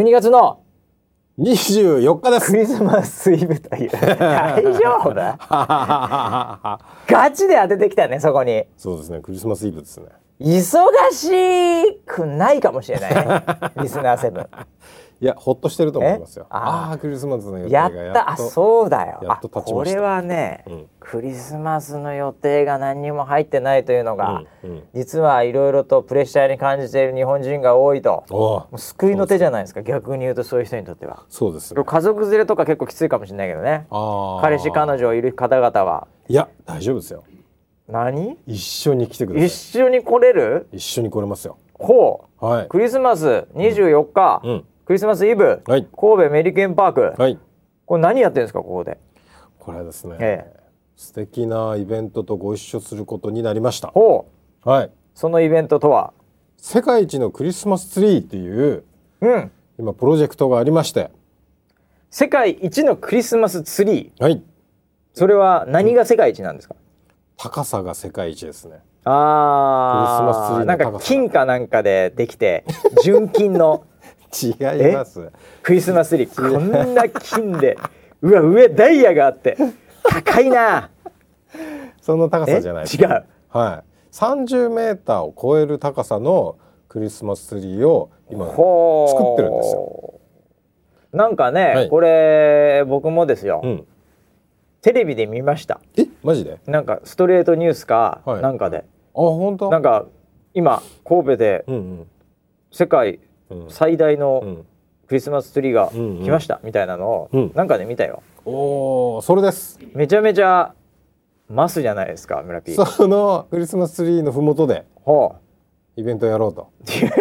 24日です。 クリスマスイブという。大丈夫だガチで当ててきたねそこに。 そうですね、クリスマスイブですね。 忙しくないかもしれないねリスナー7。 いやほっとしてると思いますよ。クリスマスの予定がやっとそうだよ。これはね、クリスマスの予定が何にも入ってないというのが、実はいろいろとプレッシャーに感じている日本人が多いと。もう救いの手じゃないですか。逆に言うとそういう人にとっては。 そうですね。 家族連れとか結構きついかもしれないけどね。彼氏彼女いる方々は。 いや大丈夫ですよ。 何？ 一緒に来てください。 一緒に来れる？ 一緒に来れますよ。 はい。クリスマス24日。クリスマスイブ、はい、神戸メリケンパーク、はい、これ何やってるんですかここで。 これはですね、素敵なイベントとご一緒することになりました。 はい。そのイベントとは世界一のクリスマスツリーっていう、今プロジェクトがありまして。 世界一のクリスマスツリー。 はい。 それは何が世界一なんですか？ 高さが世界一ですね。 クリスマスツリーの高さ。なんか金かなんかでできて純金の違います。 クリスマスツリーこんな金で上ダイヤがあって高いな。 その高さじゃないです。 違う。 はい。 30メーターを超える高さのクリスマスツリーを今作ってるんですよ。 なんかね、はい、これ僕もですよ、テレビで見ました。 マジで？ なんかストレートニュースかなんかで、 本当？ なんか今神戸で世界最大のクリスマスツリーが来ましたみたいなのをなんかで見たよ。 それです。 めちゃめちゃマスじゃないですか、村 P。 そのクリスマスツリーのふもとでイベントやろうと。すい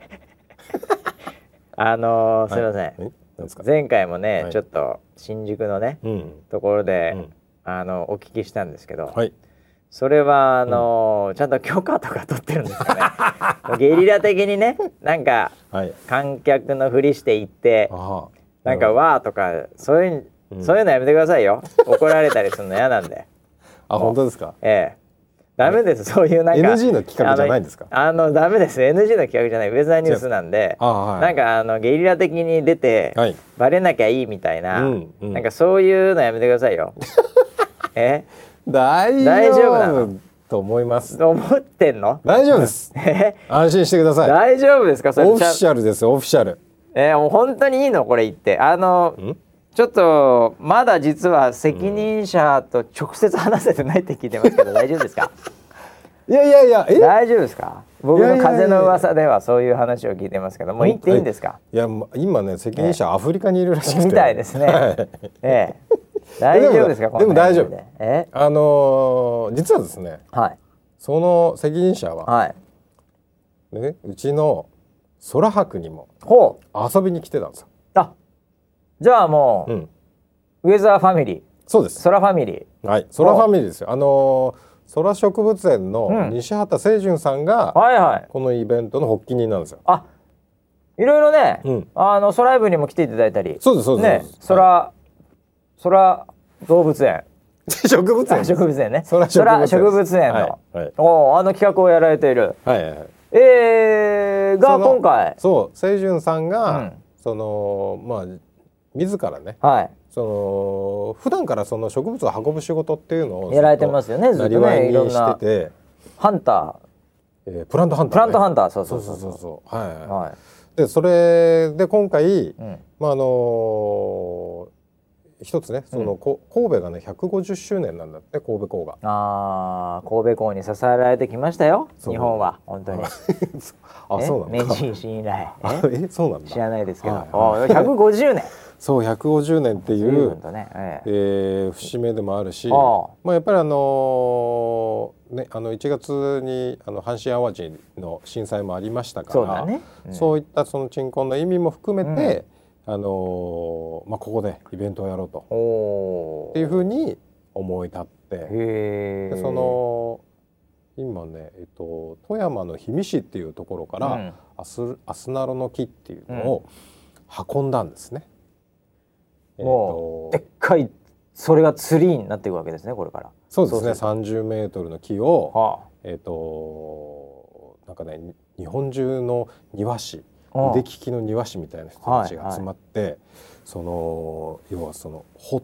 ません。前回もね、ちょっと新宿のね、ところで、お聞きしたんですけど、それはちゃんと許可とか取ってるんですかね。ゲリラ的にね、なんか、観客のふりして行ってなんかわーとかそういうのやめてくださいよ。怒られたりするの嫌なんで。 本当ですか？ ダメです。そういうなんか NG の企画じゃないんですか？ ダメです。 NG の企画じゃない、ウェザーニュースなんで、なんかゲリラ的に出て、バレなきゃいいみたいな、なんかそういうのやめてくださいよ。 大丈夫なのと思います。 思ってんの？ 大丈夫です。安心してください。 大丈夫ですか？それオフィシャルです。オフィシャル。 もう本当にいいのこれ言って。ちょっとまだ実は責任者と直接話せてないって聞いてますけど、大丈夫ですか？ いや大丈夫ですか？僕の風の噂ではそういう話を聞いてますけど、もう言っていいんですか？ いや今ね、責任者アフリカにいるらしくて、 みたいですね。大丈夫ですか？ でも大丈夫。実はですね、その責任者はね、うちの空博にも遊びに来てたんですよ。 じゃあもう、ウェザーファミリー。 そうです。 空ファミリー。 はい、空ファミリーですよ。空植物園の西畑清純さんが、このイベントの発起人なんですよ。 いろいろね、空ライブにも来ていただいたり。 そうですそうです。 ね、空動物園。 植物園。 植物園ね。 空植物園の企画をやられている。が今回。 そう、清純さんが自らね、普段からその植物を運ぶ仕事っていうのをやられてますよね。ずっとね、いろんなハンター、プラントハンター、そうでそれで今回、一つね、神戸がね150周年なんだって、神戸港が。 神戸港に支えられてきましたよ、日本は。本当に。 そうなんだ。 明治維新以来。 そうなんだ。 知らないですけど、150年。 そう、150年っていう節目でもあるし、やっぱり1月に阪神・淡路の震災もありましたから、そういったその鎮魂の意味も含めて、ここでイベントをやろうとっていうふうに思い立って、で今ね、富山の氷見市っていうところから、アスナロの木っていうのを運んだんですね。 もうでっかい、それがツリーになっていくわけですね、これから。 そうですね。30メートルの木を、なんかね、日本中の庭師、腕利きの庭師みたいな人たちが集まって、要は掘って、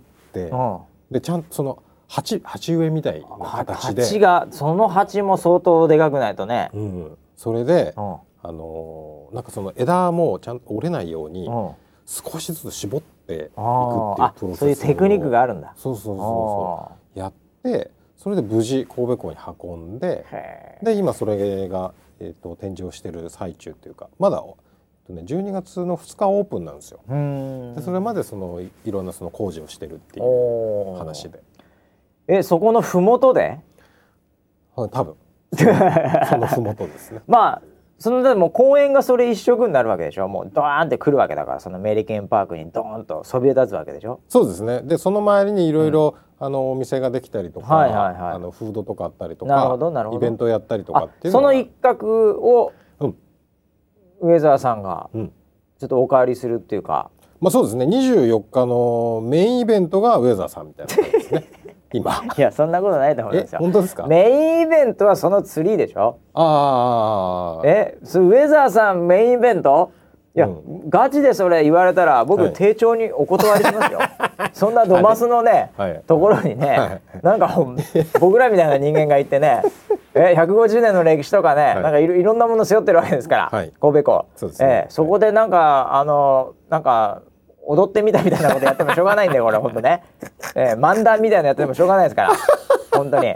でちゃんとその鉢植えみたいな形で、 鉢が、その鉢も相当でかくないとね。 それでなんかその枝もちゃんと折れないように少しずつ絞っていくっていうプロセスを、 そういうテクニックがあるんだ。 そうやって、それで無事神戸港に運んで、で今それが、展示をしてる最中っていうか、まだ12月の2日オープンなんですよ。でそれまでいろんな工事をしてるっていう話で。 そこの麓で？ 多分その麓ですね。 でも公園がそれ一色になるわけでしょ。もうドーンって来るわけだから、そのメリケンパークにドーンとそびえ立つわけでしょ。 そうですね。でその周りにいろいろお店ができたりとか、フードとかあったりとか、イベントやったりとかっていうのが、その一角をウェザーさんがちょっとおかわりするっていうか、 そうですね。24日のメインイベントがウェザーさんみたいな感じですね。今。 いや、そんなことないと思いますよ。 本当ですか？ メインイベントはそのツリーでしょ。ウェザーさんメインイベント、 いや、ガチでそれ言われたら僕丁重にお断りしますよ。そんなドマスのね、ところにね、なんか僕らみたいな人間がいてね、150年の歴史とかね、なんかいろんなもの背負ってるわけですから、神戸港。そこでなんかなんか踊ってみたみたいなことやってもしょうがないんだよこれ本当ね。漫談みたいなのやってもしょうがないですから本当に。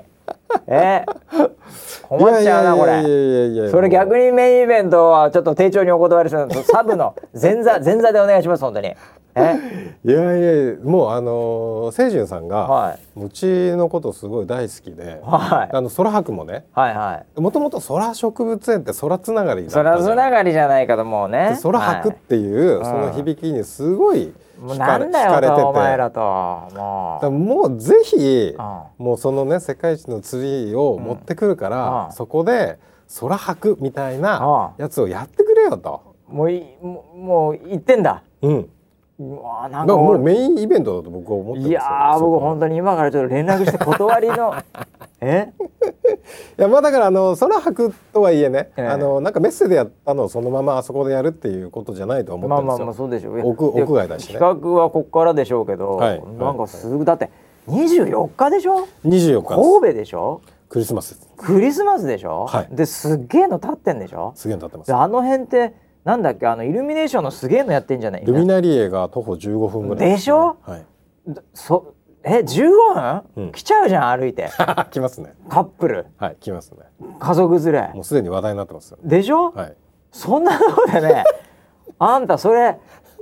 困っちゃうなこれ。それ逆にメインイベントはちょっと丁重にお断りするのとサブの前座でお願いします本当に。 いやもう清純さんがうちのことすごい大好きで、空白もね、もともと空植物園って空つながりだったじゃない。 空つながりじゃないかともうね。 空白っていうその響きにすごいもうなんだよとお前らともうぜひもうそのね世界一のツリーを持ってくるからそこで空白みたいなやつをやってくれよと。 もう言ってんだ。 なんかもうメインイベントだと僕は思ってますよ。 いやー僕本当に今からちょっと連絡して断りのいやまあだから空白とはいえね、なんかメッセでやったのをそのままあそこでやるっていうことじゃないと思ってるんですよ。 まあそうでしょう。 屋外だしね。 企画はここからでしょうけど、なんかすぐだって24日でしょ。 24日神戸でしょ。 クリスマスです。 クリスマスでしょ。ですっげえの立ってんでしょ。 すげえの立ってます。 であの辺ってなんだっけイルミネーションのすげえのやってんじゃない。 ルミナリエが徒歩15分ぐらいでしょ。15分、来ちゃうじゃん歩いて。 来ますね。 カップル。 来ますね。 家族連れ。 もうすでに話題になってますよ。 でしょ。そんなとこでね、あんたそれ、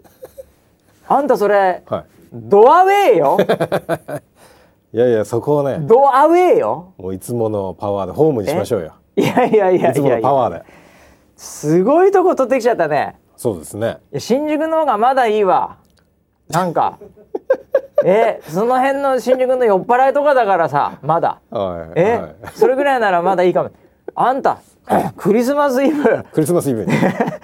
ドアウェイよ。 いやそこをね。 ドアウェイよ。 もういつものパワーでホームにしましょうよ。 いやいつものパワーで。 すごいとこ取ってきちゃったね。 そうですね。 新宿の方がまだいいわ。なんかその辺の新宿の酔っ払いとかだからさまだ。それぐらいならまだいいかも。あんたクリスマスイブに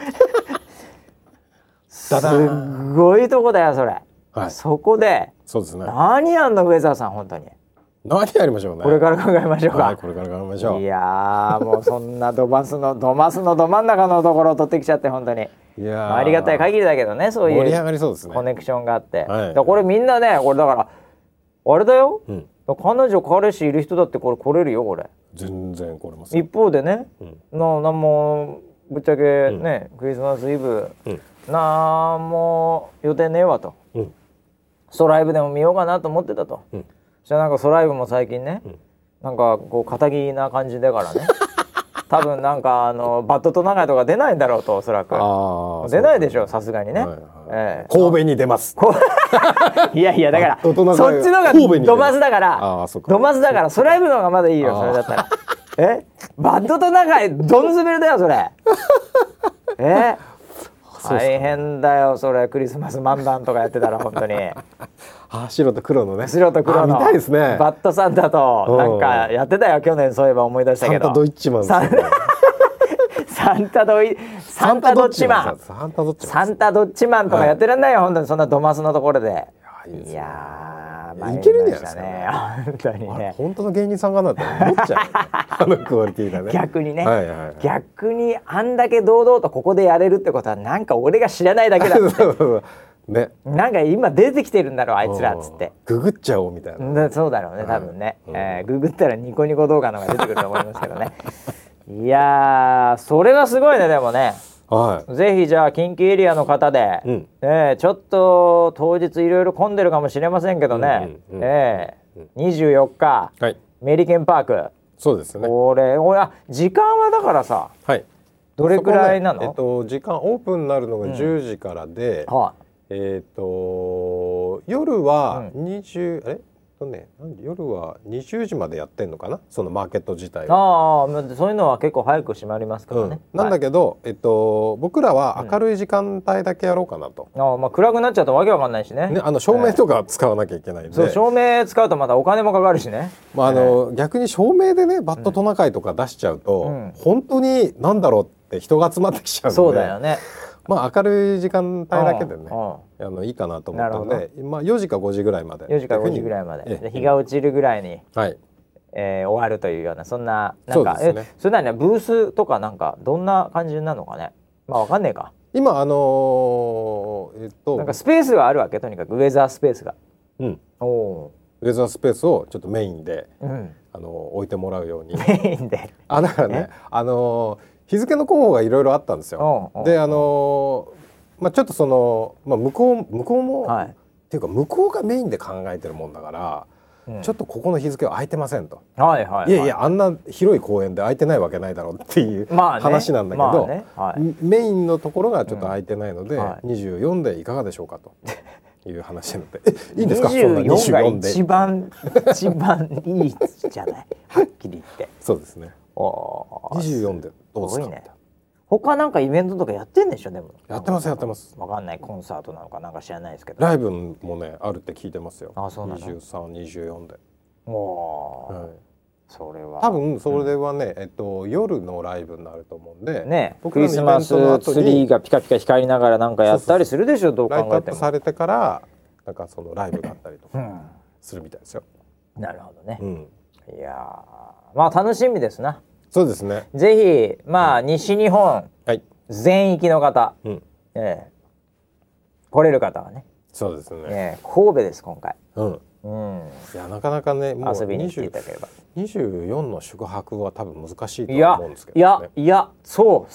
すごいとこだよそれ。そこでそうですね。 何やんの上澤さん本当に。 何やりましょうね。 これから考えましょうか。 これから考えましょう。 いやもうそんなドマスのど真ん中のところを取ってきちゃって本当に。ありがたい限りだけどね、そういう盛り上がりそうですね。 コネクションがあって、これみんなねこれだからあれだよ、彼女彼氏いる人だってこれ来れるよこれ。 全然来れます。 一方でね、なんもぶっちゃけね、クリスマスイブなんも予定ねえわと、ソライブでも見ようかなと思ってたと。そしたらなんかソライブも最近ね、なんかこう堅気な感じだからね多分なんかバットと長いとか出ないんだろうとおそらく。出ないでしょさすがにね。 神戸に出ます。 いやだからそっちのがドマスだからソライブの方がまだいいよそれだったら。バットと長いどんずべりだよそれ。大変だよそれ。クリスマス漫談とかやってたら本当に。 白と黒のね。 白と黒の見たいですね。 バットサンタとなんかやってたよ去年そういえば思い出したけど。 サンタドイッチマン。 サンタドッチマンとかやってらんないよ本当にそんなドマスのところで。いやいけるんじゃないですかね本当にね。 本当の芸人さんかなって思っちゃう。クオリティだね。 逆にね。逆にあんだけ堂々とここでやれるってことはなんか俺が知らないだけだって。ね、なんか今出てきてるんだろうあいつらっつってググっちゃおうみたいな。 そうだろうね多分ね、ググったらニコニコ動画のが出てくると思いますけどね。いやそれはすごいねでもね、ぜひじゃあ近畿エリアの方で、ちょっと当日いろいろ混んでるかもしれませんけどね、24日、メリケンパーク。 そうですね。 これ時間はだからさ、どれくらいなの？ 時間オープンになるのが10時からで、夜は夜は20時までやってんのかなそのマーケット自体は。 そういうのは結構早く閉まりますからね。 なんだけど、僕らは明るい時間帯だけやろうかなと。 暗くなっちゃうとわけわかんないしね。 照明とか使わなきゃいけないんで。 そう照明使うとまたお金もかかるしね。 逆に照明でねバットトナカイとか出しちゃうと、本当に何だろうって人が集まってきちゃうので。そうだよね。明るい時間帯だけでねいいかなと思ったので、4時か5時ぐらいまで。4時か5時ぐらいまで。日が落ちるぐらいに終わるというようなそんななんかそれなりにブースとかなんかどんな感じなのかね。わかんねえか。 今なんかスペースがあるわけ、とにかくウェザースペースが。 うん。ウェザースペースをちょっとメインで、置いてもらうように。 メインで。 だからね、日付の候補がいろいろあったんですよ。でちょっとその、向こうも、っていうか向こうがメインで考えてるもんだから、ちょっとここの日付は空いてませんと。いやいや、あんな広い公園で空いてないわけないだろうっていう話なんだけど、メインのところがちょっと空いてないので、24でいかがでしょうかという話になって、いいんですか、そんな24で。 一番いいじゃない、はっきり言って。 そうですね。24でどうですか。 他なんかイベントとかやってんでしょ。でもやってますわかんない、コンサートなのかなんか知らないですけど、 ライブもねあるって聞いてますよ。 そうなの。 23、24で。 それは多分それはね、夜のライブになると思うんでね、クリスマスツリーがピカピカ光りながらなんかやったりするでしょ。どう考えてもライトアップされてからなんかそのライブがあったりとかするみたいですよ。 なるほどね。いやまあ楽しみですな。 そうですね。 ぜひ西日本全域の方、来れる方はね。 そうですね。 神戸です今回。 いやなかなかね、もう遊びに来ていただければ。 24の宿泊は多分難しいと思うんですけどね。 いやそう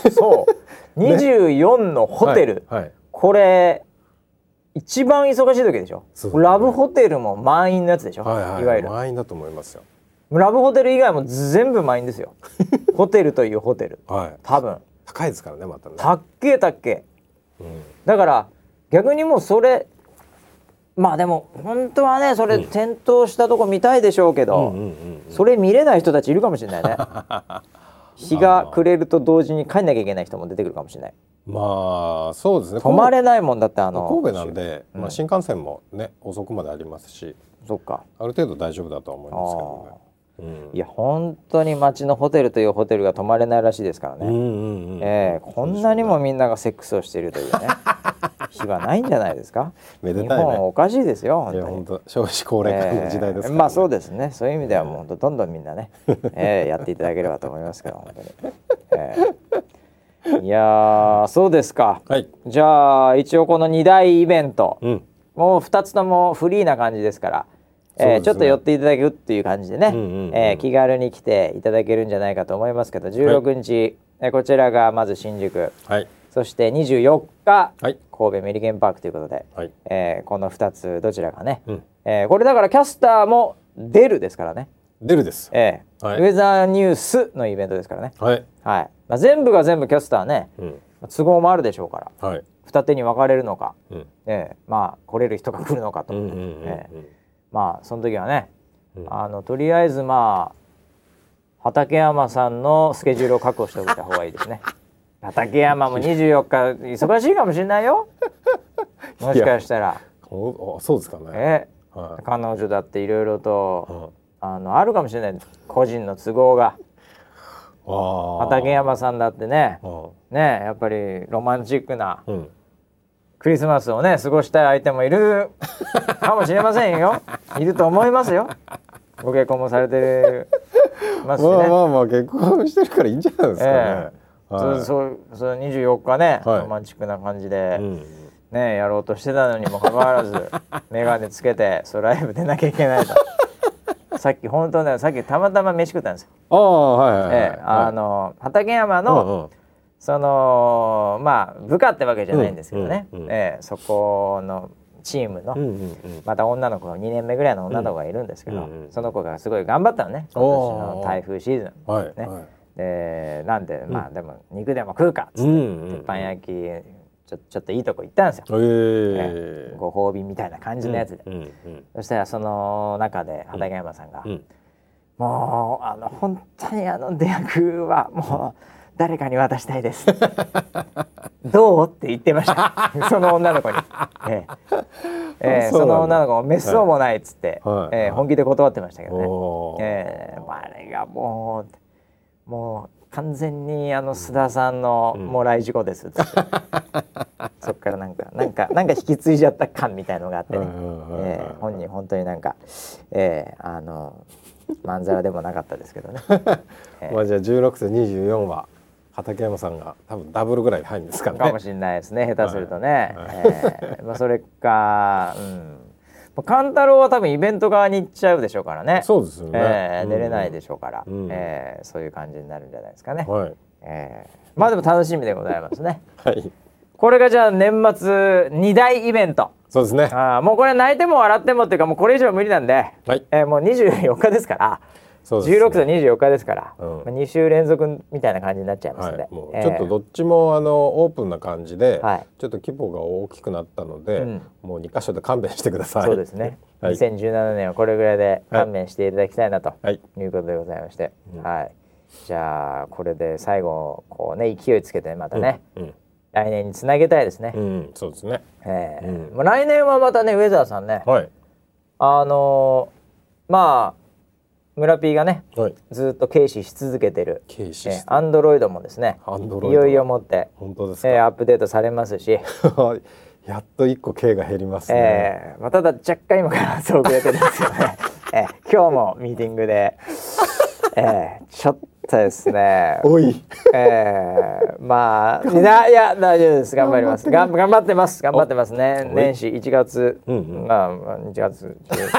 24のホテル、これ一番忙しい時でしょ。ラブホテルも満員のやつでしょ。いわゆる満員だと思いますよ。 ラブホテル以外も全部満員ですよ。ホテルというホテル、多分高いですからね、またね。 たっけだから逆にもうそれでも本当はね、それ点灯したとこ見たいでしょうけど、それ見れない人たちいるかもしれないね。日が暮れると同時に帰んなきゃいけない人も出てくるかもしれない。 そうですね。 泊まれないもんだって。神戸なんで、新幹線もね遅くまでありますし、 そっか、 ある程度大丈夫だとは思いますけどね。 いや本当に街のホテルというホテルが泊まれないらしいですからね。こんなにもみんながセックスをしているというね日はないんじゃないですか。 めでたいね。 日本おかしいですよ本当に。少子高齢化の時代ですからね。 そうですね。そういう意味ではもうどんどんみんなね、やっていただければと思いますけど、本当に。いやそうですか。じゃあ一応この2大イベント、もう2つともフリーな感じですから。ちょっと寄っていただくっていう感じでね、気軽に来ていただけるんじゃないかと思いますけど、16日、こちらがまず新宿、そして24日、神戸メリケンパークということで、この2つどちらかね、これだからキャスターも出るですからね。 出るです。 ウェザーニュースのイベントですからね。全部が全部キャスターね、都合もあるでしょうから、二手に分かれるのか、来れる人が来るのかと。その時はね、とりあえず畠山さんのスケジュールを確保しておいた方がいいですね。畠山も24日忙しいかもしれないよ。もしかしたら。 そうですかね。 彼女だっていろいろと、あるかもしれない。個人の都合が。畠山さんだってね、やっぱりロマンチックな、クリスマスをね過ごしたい相手もいるかもしれませんよ。いると思いますよ。ご結婚もされてますしね。 結婚してるからいいんじゃないですかね。 そう24日ね、ロマンチックな感じで、やろうとしてたのにもかかわらず眼鏡つけてライブ出なきゃいけないと。さっき本当ね、さっきたまたま飯食ったんですよ。畠山のその部下ってわけじゃないんですけどね、そこのチームのまた女の子が2年目ぐらいの女の子がいるんですけど、その子がすごい頑張ったのね、今年の台風シーズンで、なんででも肉でも食うかっつって鉄板焼きちょっといいとこ行ったんですよ。ご褒美みたいな感じのやつで。そしたらその中で畠山さんがもう本当に出役はもう誰かに渡したいですどうって言ってましたその女の子に、その女の子も滅相もないっつって、本気で断ってましたけどね。あれがもう完全に須田さんのもらい事故ですっつって、そっからなんか引き継いじゃった感みたいのがあってね、本人本当にまんざらでもなかったですけどね。 じゃあ16と24は畠山さんが多分ダブルぐらい入るんですからね。 かもしれないですね、下手するとね。まあそれか、カンタロウは多分イベント側に行っちゃうでしょうからね。 そうですよね。 出れないでしょうから、そういう感じになるんじゃないですかね。 はい。 まあでも楽しみでございますね。 はい。 これがじゃあ年末2大イベント。 そうですね。 もうこれ泣いても笑ってもっていうかもうこれ以上無理なんで、 はい、 もう24日ですから。そうですね、16と24日ですから、2週連続みたいな感じになっちゃいますので、 もうちょっとどっちもオープンな感じで、ちょっと規模が大きくなったので、もう2箇所で勘弁してください。 そうですね、2017年はこれぐらいで勘弁していただきたいなということでございまして、じゃあこれで最後こうね勢いつけてまたね、来年につなげたいですね。 そうですね。 来年はまたねウェザーさんね、まあ村 P がね、ずっと軽視し続けてるアンドロイドもですね、いよいよもって本当ですか、 アップデートされますしやっと1個 K が減りますね。 ただ若干今から遅れてるんですよね。今日もミーティングで、ちょっとですねおいまあいや大丈夫です、頑張ります、頑張ってますね。年始1月、まあ1月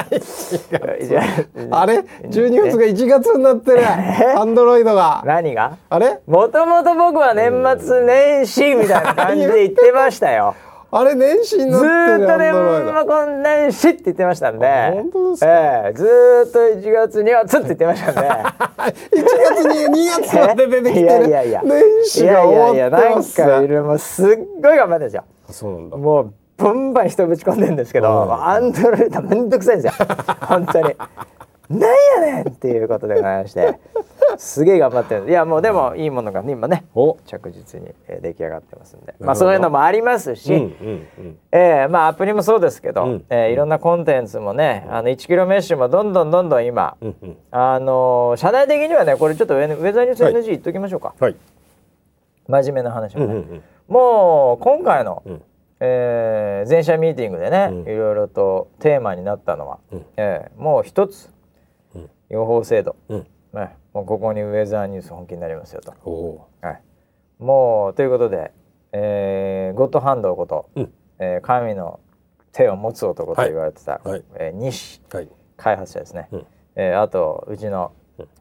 あれ12月が1月になってるアンドロイドが。 何があれ、 もともと僕は年末年始みたいな感じで言ってましたよ。 あれ年始になってる、 ずっと年始って言ってましたんで。 本当ですか。 ずっと1月2月って言ってましたんで 1月に2月まで出てきてる年始が終わってます。 なんかもうすっごい頑張ってるんですよ。 そうなんだ。 もうバンバン人ぶち込んでるんですけど、アンドロイドめんどくさいんですよ本当に。なんやねんっていうことでございまして、すげえ頑張ってる。いやもうでもいいものが今ね着実に出来上がってますんで、まあそういうのもありますし、まあアプリもそうですけど、いろんなコンテンツもね、1キロメッシュもどんどん今、社内的にはね、これちょっとウェザーニュース NG 言っときましょうか。真面目な話もね、もう今回の全社ミーティングでね、いろいろとテーマになったのは、もう一つ予報制度、もうここにウェザーニュース本気になりますよと。もうということで、ゴッドハンドこと、神の手を持つ男と言われてた、西開発者ですね、あとうちの、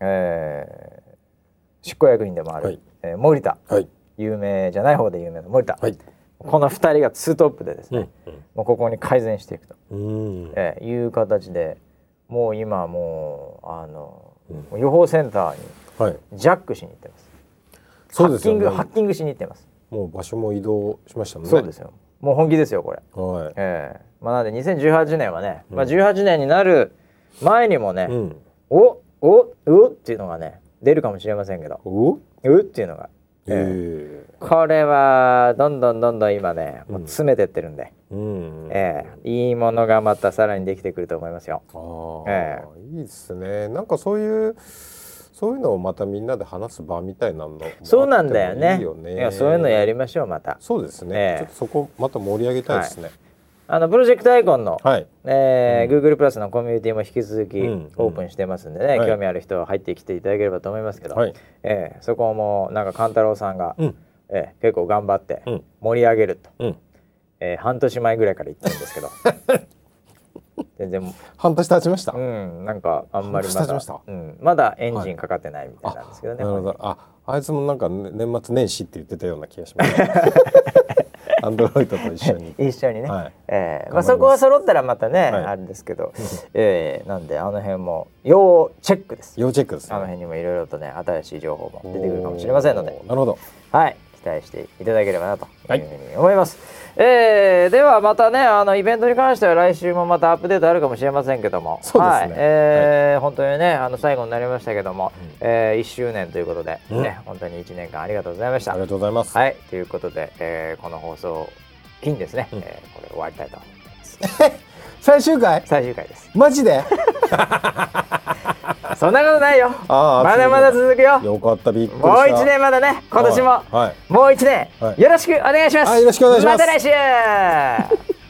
執行役員でもある、森田、有名じゃない方で有名な森田、この2人がツートップでですね、もうここに改善していくと、いう形で、もう今もう予報センターにジャックしに行ってます。そうですよね、ハッキングしに行ってます。 もう場所も移動しましたもんね。 そうですよ、もう本気ですよこれ。まあなので2018年はね、18年になる前にもね、おっていうのがね出るかもしれませんけど、っていうのが、これはどんどん今ねもう詰めてってるんで、いいものがまたさらにできてくると思いますよ。 いいですね。なんかそういうのをまたみんなで話す場みたいなのもあってもいいよね。 そうなんだよね。いやそういうのやりましょうまた。 そうですね、ちょっとそこまた盛り上げたいですね。 プロジェクトアイコンの、Google プラスのコミュニティも引き続きオープンしてますんでね、興味ある人は入ってきていただければと思いますけど、そこもなんか勘太郎さんが、結構頑張って盛り上げると、半年前ぐらいから言ってるんですけど全然半年経ちました。 なんかあんまりまだエンジンかかってないみたいなんですけどね。 なるほど。あいつもなんか年末年始って言ってたような気がしますアンドロイドと一緒にね、まあそこは揃ったらまたね、あるんですけど、なんで辺も要チェックです。 要チェックです。 辺にもいろいろとね新しい情報も出てくるかもしれませんので、 なるほど、 期待していただければなというふうに思います。ではまたねイベントに関しては来週もまたアップデートあるかもしれませんけども、そうですね、本当にね最後になりましたけども、1周年ということで、本当に1年間ありがとうございました。 ありがとうございます。 ということで、この放送を機にですね、これ終わりたいと思います。 最終回です。マジでそんなことないよ。まだまだ続くよ。 よかった、びっくりした。 もう1年まだね、今年も、もう1年、よろしくお願いします。 よろしくお願いします。 また来週